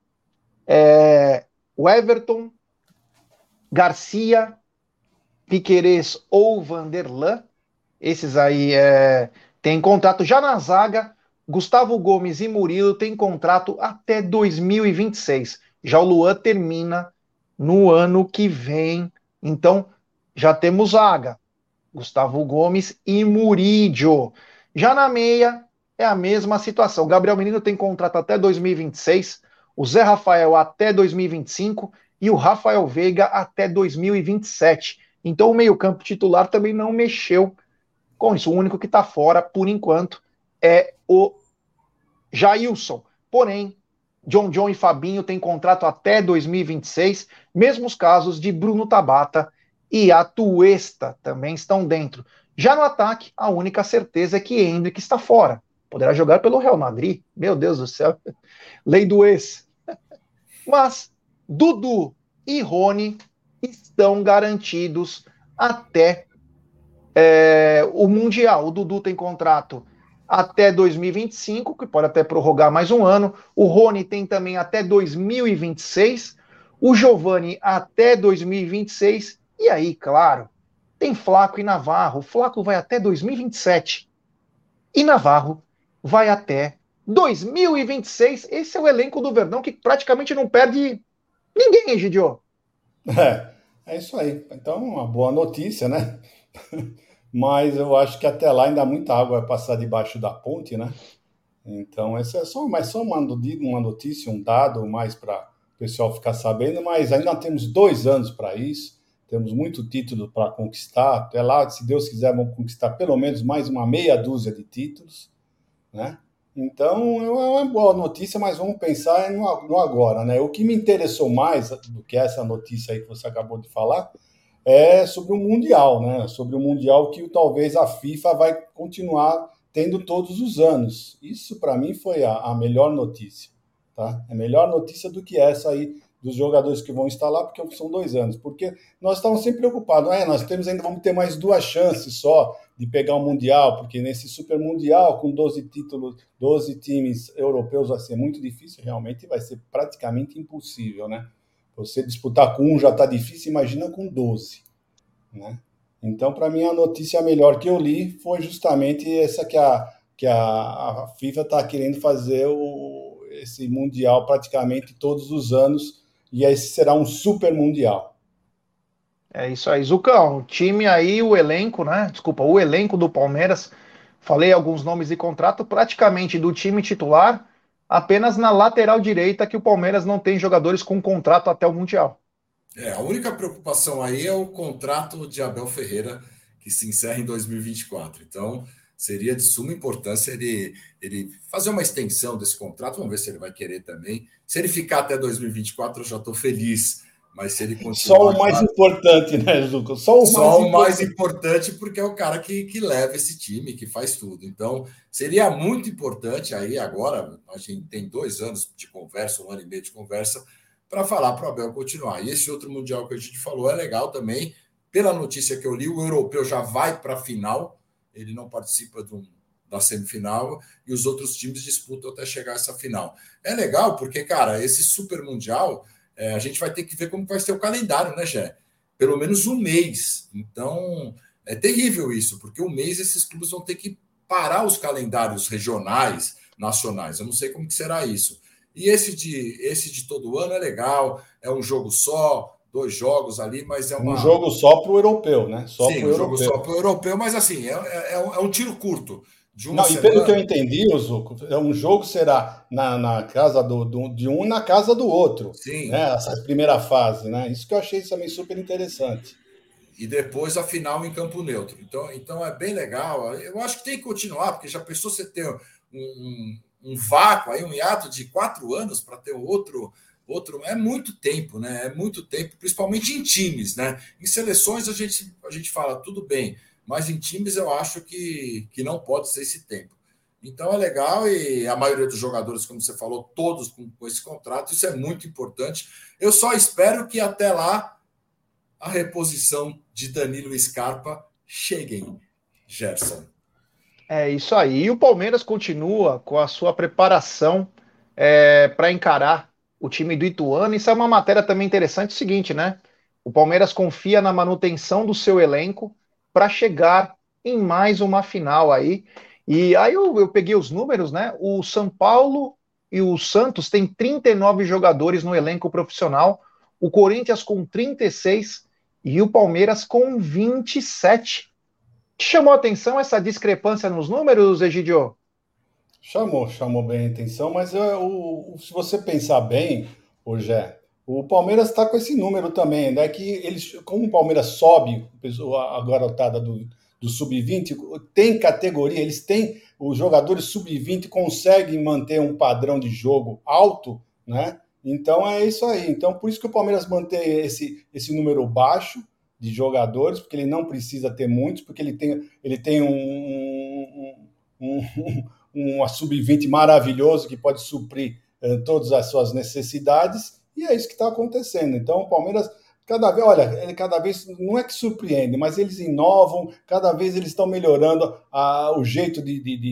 O Everton, Garcia, Piquerez ou Vanderlan, esses aí têm contrato já na zaga. Gustavo Gomes e Murilo têm contrato até 2026. Já o Luan termina no ano que vem. Então, já temos zaga. Gustavo Gomes e Murídio. Já na meia, é a mesma situação. O Gabriel Menino tem contrato até 2026. o Zé Rafael até 2025 e o Rafael Veiga até 2027. Então o meio-campo titular também não mexeu com isso. O único que está fora, por enquanto, é o Jailson. Porém, John e Fabinho têm contrato até 2026. Mesmos casos de Bruno Tabata e Atuesta também estão dentro. Já no ataque, a única certeza é que Endrick está fora. Poderá jogar pelo Real Madrid. Meu Deus do céu. Lei do ex. Mas Dudu e Rony estão garantidos até o Mundial. O Dudu tem contrato até 2025, que pode até prorrogar mais um ano. O Rony tem também até 2026. O Giovani até 2026. E aí, claro, tem Flaco e Navarro. O Flaco vai até 2027. E Navarro vai até 2026. Esse é o elenco do Verdão que praticamente não perde ninguém, Egidio.
É isso aí. Então, uma boa notícia, né? Mas eu acho que até lá ainda muita água vai passar debaixo da ponte, né? Então, essa é só uma notícia, um dado mais para o pessoal ficar sabendo, mas ainda temos 2 anos para isso, temos muito título para conquistar, até lá, se Deus quiser, vamos conquistar pelo menos mais uma meia dúzia de títulos, né? Então, é uma boa notícia, mas vamos pensar no agora, né? O que me interessou mais do que essa notícia aí que você acabou de falar é sobre o Mundial, né? Sobre o Mundial que talvez a FIFA vai continuar tendo todos os anos. Isso, para mim, foi a melhor notícia, tá? É melhor notícia do que essa aí dos jogadores que vão estar lá, porque são 2 anos. Porque nós estávamos sempre preocupados, nós vamos ter mais 2 chances só de pegar o Mundial, porque nesse Super Mundial, com 12 títulos, 12 times europeus, vai ser muito difícil, realmente vai ser praticamente impossível, né? Você disputar com um já está difícil, imagina com 12, né? Então, para mim, a notícia melhor que eu li foi justamente essa que a FIFA está querendo fazer esse Mundial praticamente todos os anos, e esse será um super Mundial.
É isso aí, Zucão. O time aí, o elenco, né? Desculpa, o elenco do Palmeiras. Falei alguns nomes de contrato, praticamente do time titular, apenas na lateral direita que o Palmeiras não tem jogadores com contrato até o Mundial.
A única preocupação aí é o contrato de Abel Ferreira, que se encerra em 2024. Então, seria de suma importância ele fazer uma extensão desse contrato. Vamos ver se ele vai querer também. Se ele ficar até 2024, eu já estou feliz. Mas se ele continuar.
Só o mais importante, né, Lucas? Só
o mais importante, porque é o cara que leva esse time, que faz tudo. Então, seria muito importante aí agora. A gente tem 2 anos de conversa, 1 ano e meio de conversa, para falar para o Abel continuar. E esse outro Mundial que a gente falou é legal também. Pela notícia que eu li, o europeu já vai para a final, ele não participa da semifinal, e os outros times disputam até chegar a essa final. É legal porque, cara, esse Super Mundial, a gente vai ter que ver como vai ser o calendário, né, Gé? Pelo menos um mês. Então, é terrível isso, porque um mês esses clubes vão ter que parar os calendários regionais, nacionais. Eu não sei como que será isso. E esse de todo ano é legal, é um jogo só, 2 jogos ali, mas é
um jogo só para o europeu, né?
Sim, um jogo só para o europeu, mas assim, é um tiro curto.
Não, e pelo que eu entendi, Zuco, um jogo será na casa de um e na casa do outro.
Sim.
Né? Essa primeira fase, né? Isso que eu achei também super interessante.
E depois a final em campo neutro. Então é bem legal. Eu acho que tem que continuar, porque já pensou você ter um vácuo aí, um hiato de 4 anos para ter outro. É muito tempo, né? É muito tempo, principalmente em times, né? Em seleções a gente fala tudo bem, mas em times eu acho que não pode ser esse tempo. Então é legal, e a maioria dos jogadores, como você falou, todos com esse contrato, isso é muito importante. Eu só espero que até lá a reposição de Danilo Scarpa cheguem, Gerson.
É isso aí. E o Palmeiras continua com a sua preparação para encarar o time do Ituano. Isso é uma matéria também interessante, o seguinte, né? O Palmeiras confia na manutenção do seu elenco para chegar em mais uma final aí. E aí eu peguei os números, né? O São Paulo e o Santos têm 39 jogadores no elenco profissional, o Corinthians com 36 e o Palmeiras com 27. Te chamou a atenção essa discrepância nos números, Egidio?
Chamou bem a atenção, mas se você pensar bem, ô Gé, o Palmeiras está com esse número também, né? Que eles, como o Palmeiras sobe, a garotada do sub-20, tem categoria, eles têm, os jogadores sub-20 conseguem manter um padrão de jogo alto, né? Então é isso aí. Então, por isso que o Palmeiras mantém esse número baixo de jogadores, porque ele não precisa ter muitos, porque ele tem uma sub-20 maravilhoso que pode suprir todas as suas necessidades, e é isso que está acontecendo. Então, o Palmeiras, ele cada vez, não é que surpreende, mas eles inovam, cada vez eles estão melhorando o jeito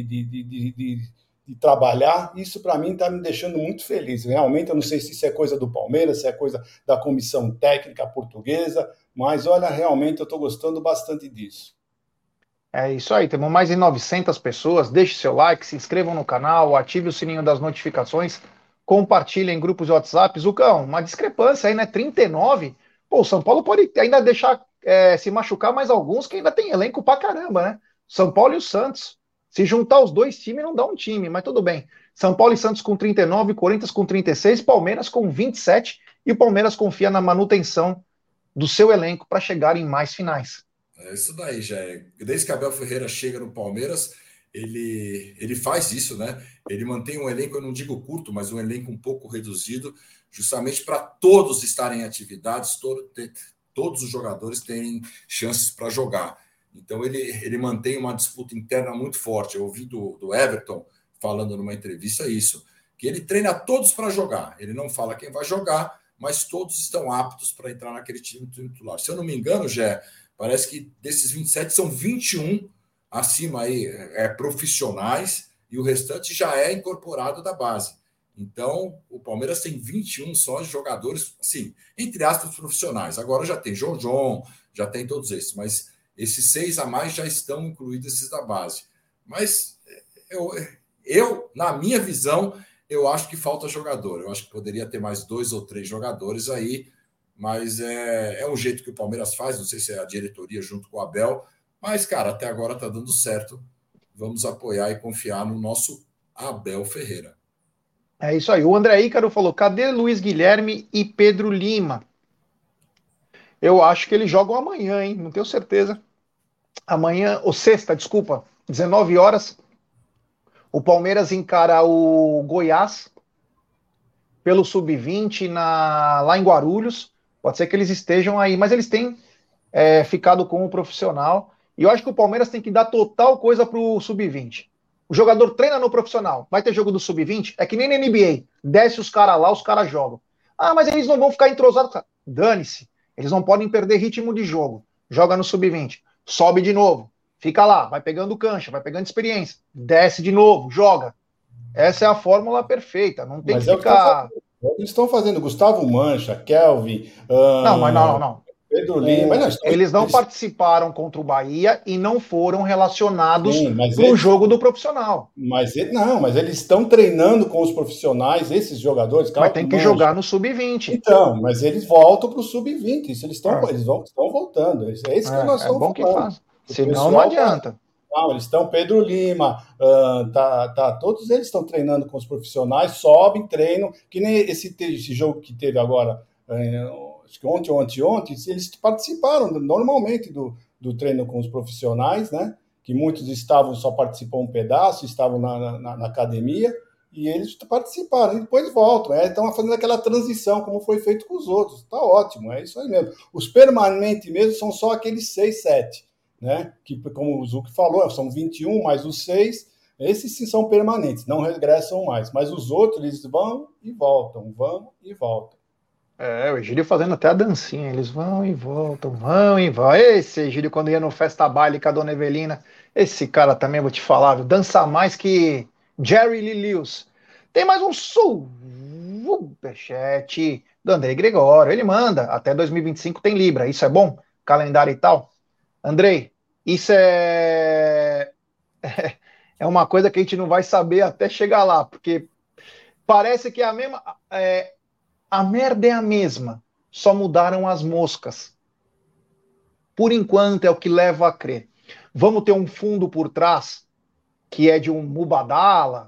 de trabalhar. Isso, para mim, está me deixando muito feliz. Realmente, eu não sei se isso é coisa do Palmeiras, se é coisa da comissão técnica portuguesa, mas, olha, realmente eu estou gostando bastante disso.
É isso aí, temos mais de 900 pessoas. Deixe seu like, se inscrevam no canal, ative o sininho das notificações, compartilhem em grupos de WhatsApp. Zucão, uma discrepância aí, né? 39. Pô, o São Paulo pode ainda deixar se machucar mais alguns que ainda tem elenco pra caramba, né? São Paulo e o Santos. Se juntar os dois times, não dá um time, mas tudo bem. São Paulo e Santos com 39, Corinthians com 36, Palmeiras com 27 e o Palmeiras confia na manutenção do seu elenco para chegar em mais finais.
É isso daí, já é. Desde que Abel Ferreira chega no Palmeiras, ele faz isso, né? Ele mantém um elenco, eu não digo curto, mas um elenco um pouco reduzido, justamente para todos estarem em atividades, todos os jogadores terem chances para jogar. Então ele mantém uma disputa interna muito forte. Eu ouvi do Everton falando numa entrevista isso, que ele treina todos para jogar. Ele não fala quem vai jogar, mas todos estão aptos para entrar naquele time titular. Se eu não me engano, Jé, parece que desses 27 são 21 acima aí profissionais e o restante já é incorporado da base. Então, o Palmeiras tem 21 só de jogadores, assim, entre aspas, profissionais. Agora já tem João, já tem todos esses, mas esses 6 a mais já estão incluídos esses da base. Mas na minha visão, eu acho que falta jogador. Eu acho que poderia ter mais 2 ou 3 jogadores aí, mas é um jeito que o Palmeiras faz, não sei se é a diretoria junto com o Abel, mas, cara, até agora tá dando certo. Vamos apoiar e confiar no nosso Abel Ferreira.
É isso aí. O André Ícaro falou: cadê Luiz Guilherme e Pedro Lima? Eu acho que eles jogam amanhã, hein? Não tenho certeza. Amanhã, ou sexta, desculpa, 19 horas. O Palmeiras encara o Goiás pelo Sub-20 lá em Guarulhos. Pode ser que eles estejam aí, mas eles têm ficado com o profissional. E eu acho que o Palmeiras tem que dar total coisa pro Sub-20. O jogador treina no profissional. Vai ter jogo do Sub-20? É que nem na NBA. Desce os caras lá, os caras jogam. Ah, mas eles não vão ficar entrosados. Dane-se. Eles não podem perder ritmo de jogo. Joga no Sub-20. Sobe de novo. Fica lá. Vai pegando cancha, vai pegando experiência. Desce de novo, joga. Essa é a fórmula perfeita. Não tem que
Mas é o que estão
ficar.
fazendo. Eles estão fazendo Gustavo Mancha, Kelvin,
Não, mas não.
Pedro Lima. Não,
Eles não participaram contra o Bahia e não foram relacionados
sim, mas
para o jogo do profissional.
mas eles estão treinando com os profissionais, esses jogadores,
Mas tem que jogar no Sub-20.
Então, mas eles voltam para o Sub-20, isso estão voltando. É isso que nós estamos
bom que
falando.
faz. Senão não adianta.
Não, eles estão, Pedro Lima, todos eles estão treinando com os profissionais, sobem, treinam, que nem esse jogo que teve agora, acho que ontem ou anteontem, eles participaram normalmente do treino com os profissionais, né? Que muitos só participam um pedaço, estavam na academia, e eles participaram, e depois voltam, estão fazendo aquela transição, como foi feito com os outros. Está ótimo, é isso aí mesmo. Os permanentes mesmo são só aqueles 6, 7. Né? Que, como o Zuc falou, são 21 mais os 6, esses sim são permanentes, não regressam mais, mas os outros eles vão e voltam.
O Egílio fazendo até a dancinha, eles vão e voltam, vão e voltam. Esse Egílio, quando ia no Festa Baile com a Dona Evelina, esse cara também, vou te falar, viu? Dança mais que Jerry Lee Lewis. Tem mais um superchat do André Gregório, ele manda, até 2025 tem Libra, isso é bom? Calendário e tal? Andrei, isso é uma coisa que a gente não vai saber até chegar lá, porque parece que é a mesma. A merda é a mesma, só mudaram as moscas. Por enquanto é o que leva a crer. Vamos ter um fundo por trás, que é de um Mubadala,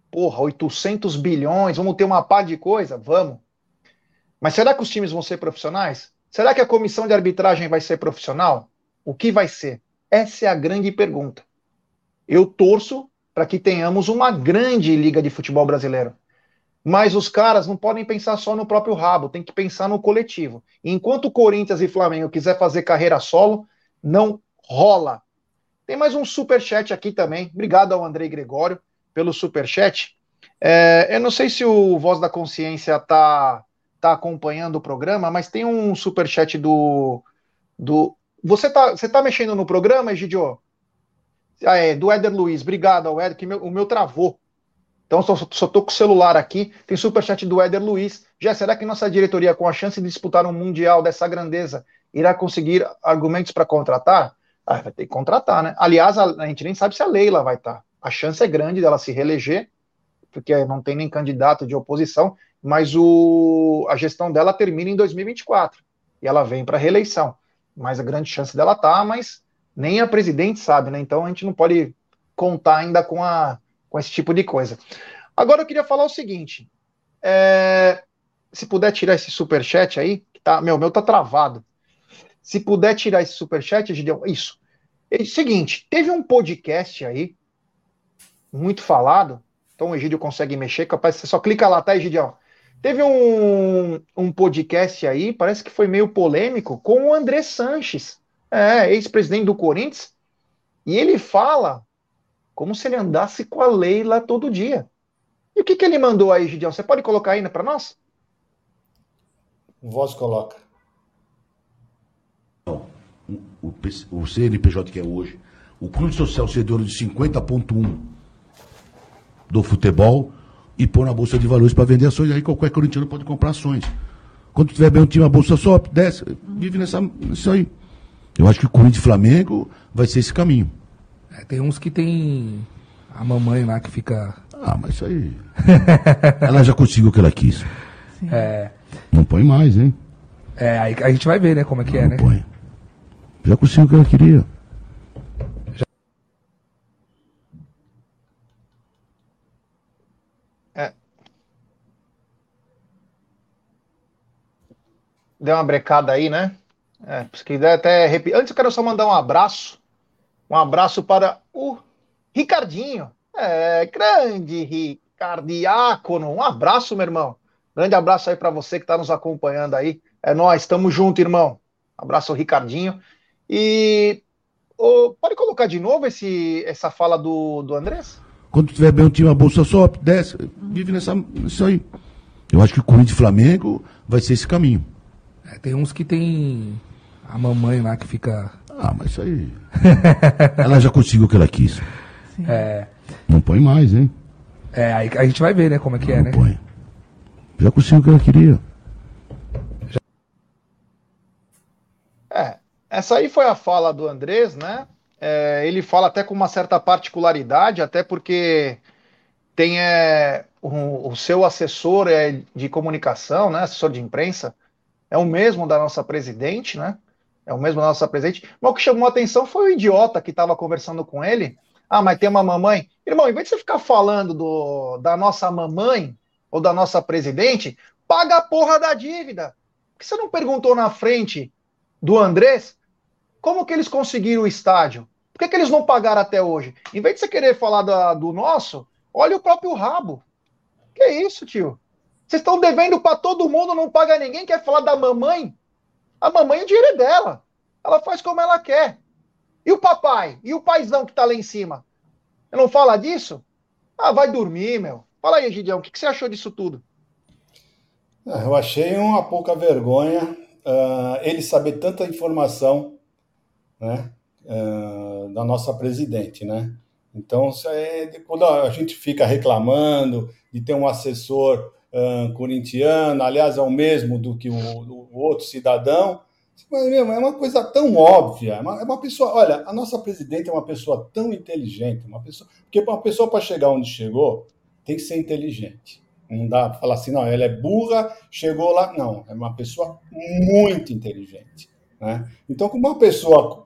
porra, 800 bilhões, vamos ter uma pá de coisa? Vamos. Mas será que os times vão ser profissionais? Será que a comissão de arbitragem vai ser profissional? O que vai ser? Essa é a grande pergunta. Eu torço para que tenhamos uma grande liga de futebol brasileiro. Mas os caras não podem pensar só no próprio rabo, tem que pensar no coletivo. Enquanto o Corinthians e Flamengo quiser fazer carreira solo, não rola. Tem mais um superchat aqui também. Obrigado ao Andrei Gregório pelo superchat. Eu não sei se o Voz da Consciência tá acompanhando o programa, mas tem um superchat do... Você tá mexendo no programa, Egidio? Do Éder Luiz. Obrigado ao Éder, que o meu travou. Então, só tô com o celular aqui. Tem superchat do Éder Luiz. Já será que nossa diretoria, com a chance de disputar um Mundial dessa grandeza, irá conseguir argumentos para contratar? Vai ter que contratar, né? Aliás, a gente nem sabe se a Leila vai estar. A chance é grande dela se reeleger, porque não tem nem candidato de oposição, mas a gestão dela termina em 2024. E ela vem para reeleição. Mas a grande chance dela tá, mas nem a presidente sabe, né? Então a gente não pode contar ainda com esse tipo de coisa. Agora eu queria falar o seguinte: se puder tirar esse superchat aí, que tá, meu tá travado. Se puder tirar esse superchat, Gideon, isso. Seguinte, teve um podcast aí, muito falado, então o Egídio consegue mexer, capaz você só clica lá, tá, Egidião? Teve um podcast aí, parece que foi meio polêmico, com o André Sanches, ex-presidente do Corinthians, e ele fala como se ele andasse com a Leila todo dia. E o que ele mandou aí, Gideão? Você pode colocar ainda para nós?
O Voz coloca.
O CNPJ que é hoje, o Clube Social ser dono de 50,1 do futebol e pôr na Bolsa de Valores para vender ações. Aí qualquer corintiano pode comprar ações. Quando tiver bem um time, a Bolsa sobe, desce, vive nisso aí. Eu acho que o Corinthians e Flamengo vai ser esse caminho.
Tem uns que tem a mamãe lá que fica...
Mas isso aí... Ela já conseguiu o que ela quis. Não põe mais, hein?
Aí a gente vai ver, né, como é que
não
né?
Põe. Já conseguiu o que ela queria.
Deu uma brecada aí, né? Se quiser até repetir. Antes eu quero só mandar um abraço. Um abraço para o Ricardinho. Grande Ricardiácono. Um abraço, meu irmão. Grande abraço aí para você que está nos acompanhando aí. É nóis, tamo junto, irmão. Abraço ao Ricardinho. E pode colocar de novo essa fala do Andrés?
Quando tiver bem um time, a Bolsa sobe, desce, vive nisso aí. Eu acho que o Corinthians e Flamengo vai ser esse caminho.
Tem uns que tem a mamãe lá que fica...
Mas isso aí... Ela já conseguiu o que ela quis. Não põe mais, hein?
Aí a gente vai ver, né, como é que
não
né?
Põe. Já conseguiu o que ela queria.
Essa aí foi a fala do Andrés, né? Ele fala até com uma certa particularidade, até porque tem o seu assessor de comunicação, né? Assessor de imprensa, é o mesmo da nossa presidente, né? É o mesmo da nossa presidente. Mas o que chamou a atenção foi o idiota que estava conversando com ele. Mas tem uma mamãe. Irmão, em vez de você ficar falando da nossa mamãe ou da nossa presidente, paga a porra da dívida. Por que você não perguntou na frente do Andrés como que eles conseguiram o estádio? Por que eles não pagaram até hoje? Em vez de você querer falar do nosso, olha o próprio rabo. Que isso, tio? Vocês estão devendo para todo mundo, não paga ninguém, quer falar da mamãe? A mamãe, o dinheiro é dela. Ela faz como ela quer. E o papai? E o paizão que tá lá em cima? Não fala disso? Vai dormir, meu. Fala aí, Gideão, o que você achou disso tudo?
Eu achei uma pouca vergonha ele saber tanta informação, né, da nossa presidente, né? Então, quando a gente fica reclamando de ter um assessor corintiano, aliás, é o mesmo do que o outro cidadão, mas mesmo, é uma coisa tão óbvia, é uma pessoa, olha, a nossa presidente é uma pessoa tão inteligente, porque uma pessoa para chegar onde chegou tem que ser inteligente. Não dá para falar assim, não, ela é burra, chegou lá. Não, é uma pessoa muito inteligente, né? Então, como uma pessoa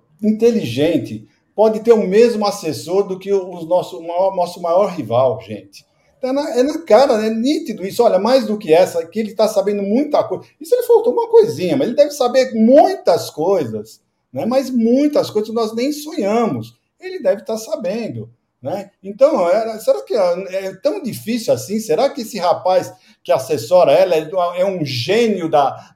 inteligente pode ter o mesmo assessor do que nosso maior rival, gente. É na cara, é nítido isso. Olha, mais do que essa, que ele está sabendo muita coisa. Isso ele faltou uma coisinha, mas ele deve saber muitas coisas, né? Mas muitas coisas nós nem sonhamos. Ele deve estar sabendo, né? Então, será que é tão difícil assim? Será que esse rapaz que assessora ela é um gênio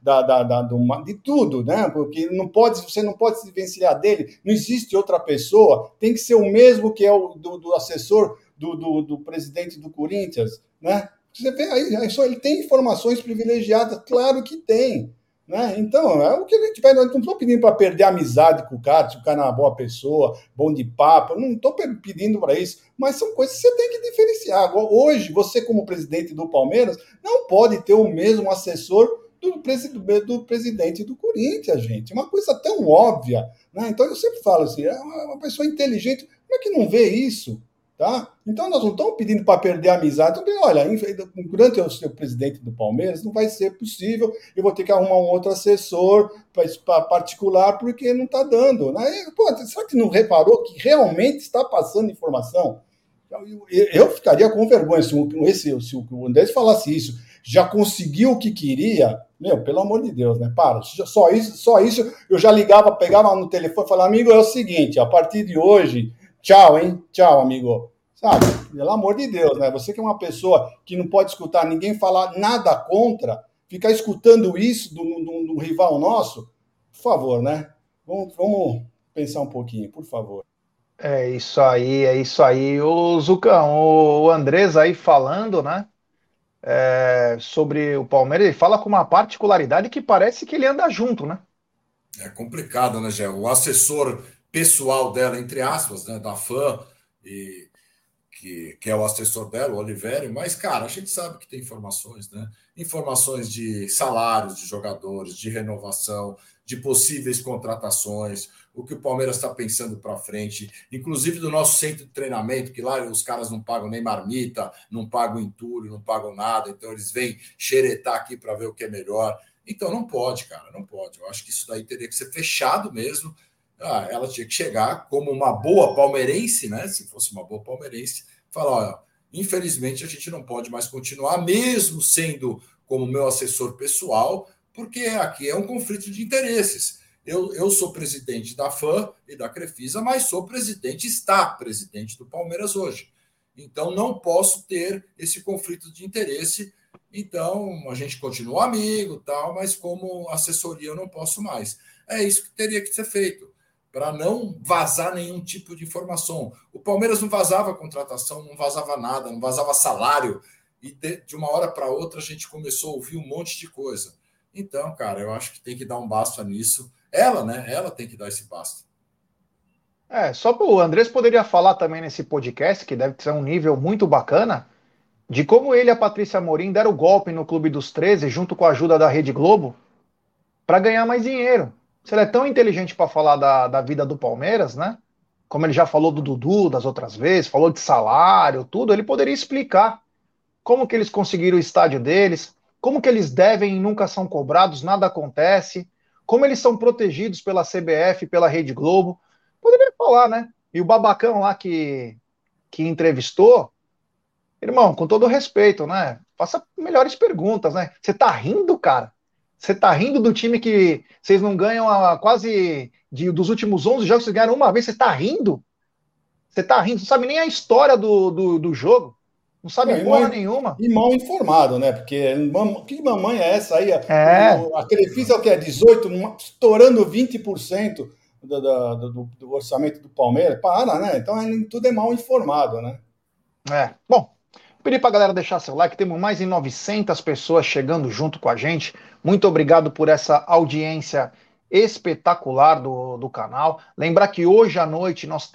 de tudo, né? Porque você não pode se desvencilhar dele, não existe outra pessoa, tem que ser o mesmo que é o do assessor do presidente do Corinthians, né? Você vê aí, ele tem informações privilegiadas, claro que tem, né? Então, é o que a gente pede, nós não estou pedindo para perder a amizade com o cara, se o cara é uma boa pessoa, bom de papo, não estou pedindo para isso, mas são coisas que você tem que diferenciar. Hoje, você como presidente do Palmeiras, não pode ter o mesmo assessor do presidente do Corinthians, gente. Uma coisa tão óbvia, né? Então, eu sempre falo assim, é uma pessoa inteligente, como é que não vê isso? Tá? Então, nós não estamos pedindo para perder a amizade. Então, olha, durante eu ser presidente do Palmeiras, não vai ser possível, eu vou ter que arrumar um outro assessor para particular, porque não está dando. Né? Pô, será que não reparou que realmente está passando informação? Eu ficaria com vergonha se o Andrés falasse isso, já conseguiu o que queria, meu, pelo amor de Deus, né? Para, só isso, eu já ligava, pegava no telefone e falava, amigo, é o seguinte, a partir de hoje, tchau, hein? Tchau, amigo. Sabe? Pelo amor de Deus, né? Você que é uma pessoa que não pode escutar ninguém falar nada contra, ficar escutando isso do rival nosso, por favor, né? Vamos pensar um pouquinho, por favor.
É isso aí, é isso aí. O Zucão, o Andrés aí falando, né? Sobre o Palmeiras, ele fala com uma particularidade que parece que ele anda junto, né?
É complicado, né, Gé? O assessor pessoal dela, entre aspas, né, da fã, e que é o assessor dela, o Olivério, mas, cara, a gente sabe que tem informações, né? Informações de salários de jogadores, de renovação, de possíveis contratações, o que o Palmeiras está pensando para frente, inclusive do nosso centro de treinamento, que lá os caras não pagam nem marmita, não pagam entulho, não pagam nada, então eles vêm xeretar aqui para ver o que é melhor. Então não pode, cara, não pode. Eu acho que isso daí teria que ser fechado mesmo. Ela tinha que chegar como uma boa palmeirense, né? Se fosse uma boa palmeirense, falar: olha, infelizmente a gente não pode mais continuar, mesmo sendo como meu assessor pessoal, porque aqui é um conflito de interesses. Eu sou presidente da FAM e da Crefisa, mas sou está presidente do Palmeiras hoje. Então não posso ter esse conflito de interesse. Então a gente continua amigo, tal, mas como assessoria eu não posso mais. É isso que teria que ser feito, para não vazar nenhum tipo de informação. O Palmeiras não vazava contratação, não vazava nada, não vazava salário, e de uma hora para outra a gente começou a ouvir um monte de coisa. Então, cara, eu acho que tem que dar um basta nisso. Ela, né? Ela tem que dar esse basta.
Só para o Andrés poderia falar também nesse podcast, que deve ser um nível muito bacana, de como ele e a Patrícia Amorim deram o golpe no Clube dos 13, junto com a ajuda da Rede Globo, para ganhar mais dinheiro. Se ele é tão inteligente para falar da vida do Palmeiras, né? Como ele já falou do Dudu das outras vezes, falou de salário, tudo, ele poderia explicar como que eles conseguiram o estádio deles, como que eles devem e nunca são cobrados, nada acontece, como eles são protegidos pela CBF, pela Rede Globo. Poderia falar, né? E o babacão lá que entrevistou, irmão, com todo respeito, né? Faça melhores perguntas, né? Você tá rindo, cara? Você tá rindo do time que vocês não ganham dos últimos 11 jogos, vocês ganharam uma vez, você tá rindo? Você tá rindo, não sabe nem a história do jogo. Não sabe porra nenhuma.
E mal informado, né? Porque que mamãe é essa aí? A Crefisa é o que é 18, estourando 20% do orçamento do Palmeiras. Para, né? Então tudo é mal informado, né?
Bom, pedir para a galera deixar seu like, temos mais de 900 pessoas chegando junto com a gente. Muito obrigado por essa audiência espetacular do canal. Lembrar que hoje à noite nós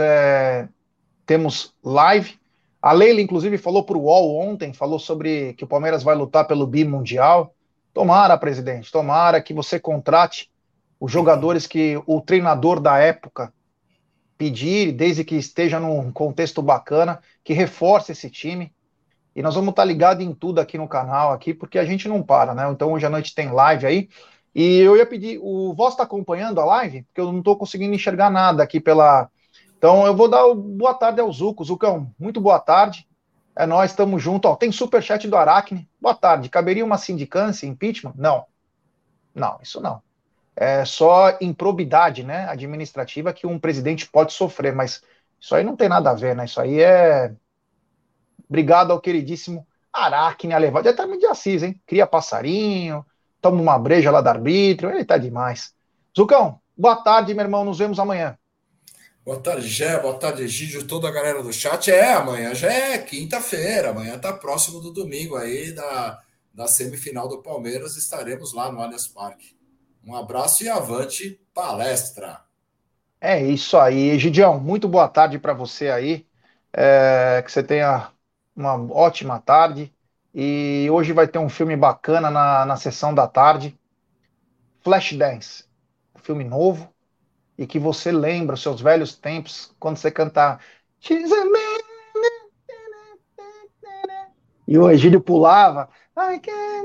temos live. A Leila, inclusive, falou para o UOL ontem, falou sobre que o Palmeiras vai lutar pelo bimundial. Tomara, presidente, tomara que você contrate os jogadores que o treinador da época pedir, desde que esteja num contexto bacana, que reforce esse time. E nós vamos estar ligados em tudo aqui no canal, aqui, porque a gente não para, né? Então hoje à noite tem live aí. E eu ia pedir, o Voz está acompanhando a live? Porque eu não estou conseguindo enxergar nada aqui pela... Então eu vou dar boa tarde ao Zuco. Zucão, muito boa tarde. É nós, estamos junto. Ó, tem superchat do Aracne. Boa tarde. Caberia uma sindicância, impeachment? Não. Não, isso não. É só improbidade, né, administrativa que um presidente pode sofrer, mas isso aí não tem nada a ver, né? Isso aí é. Obrigado ao queridíssimo Aracne Alevade. Já tá muito de Assis, hein? Cria passarinho, toma uma breja lá da arbítrio, ele tá demais. Zucão, boa tarde, meu irmão. Nos vemos amanhã.
Boa tarde, Gé. Boa tarde, Egídio, toda a galera do chat. Amanhã já é quinta-feira. Amanhã tá próximo do domingo aí da semifinal do Palmeiras. Estaremos lá no Allianz Parque. Um abraço e avante palestra.
É isso aí, Egidião. Muito boa tarde para você aí. Que você tenha uma ótima tarde. E hoje vai ter um filme bacana na sessão da tarde. Flashdance. Um filme novo. E que você lembra os seus velhos tempos quando você cantar. She's a man. E o Egídio pulava. I can...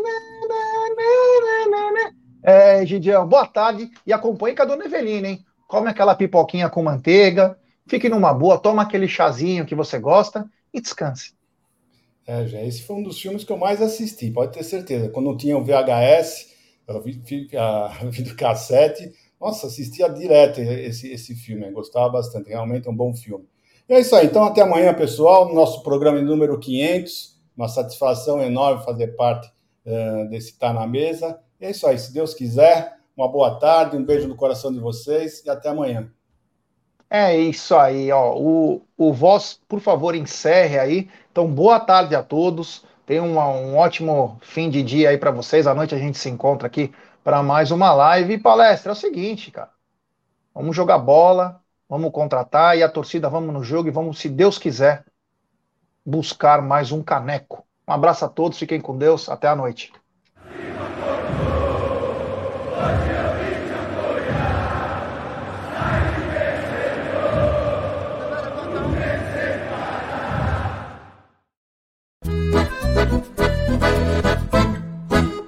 Egidião, boa tarde. E acompanhe com a dona Evelina, hein? Come aquela pipoquinha com manteiga. Fique numa boa, toma aquele chazinho que você gosta e descanse.
Já esse foi um dos filmes que eu mais assisti, pode ter certeza. Quando tinha o VHS, a videocassete, nossa, assistia direto esse filme, gostava bastante, realmente é um bom filme. E é isso aí, então até amanhã, pessoal, nosso programa número 500, uma satisfação enorme fazer parte desse Tá na Mesa. E é isso aí, se Deus quiser, uma boa tarde, um beijo no coração de vocês e até amanhã.
É isso aí, ó. O Voz, por favor, encerre aí. Então, boa tarde a todos. Tenham um ótimo fim de dia aí para vocês. À noite a gente se encontra aqui para mais uma live. E palestra, é o seguinte, cara. Vamos jogar bola, vamos contratar e a torcida, vamos no jogo e vamos, se Deus quiser, buscar mais um caneco. Um abraço a todos, fiquem com Deus. Até a noite.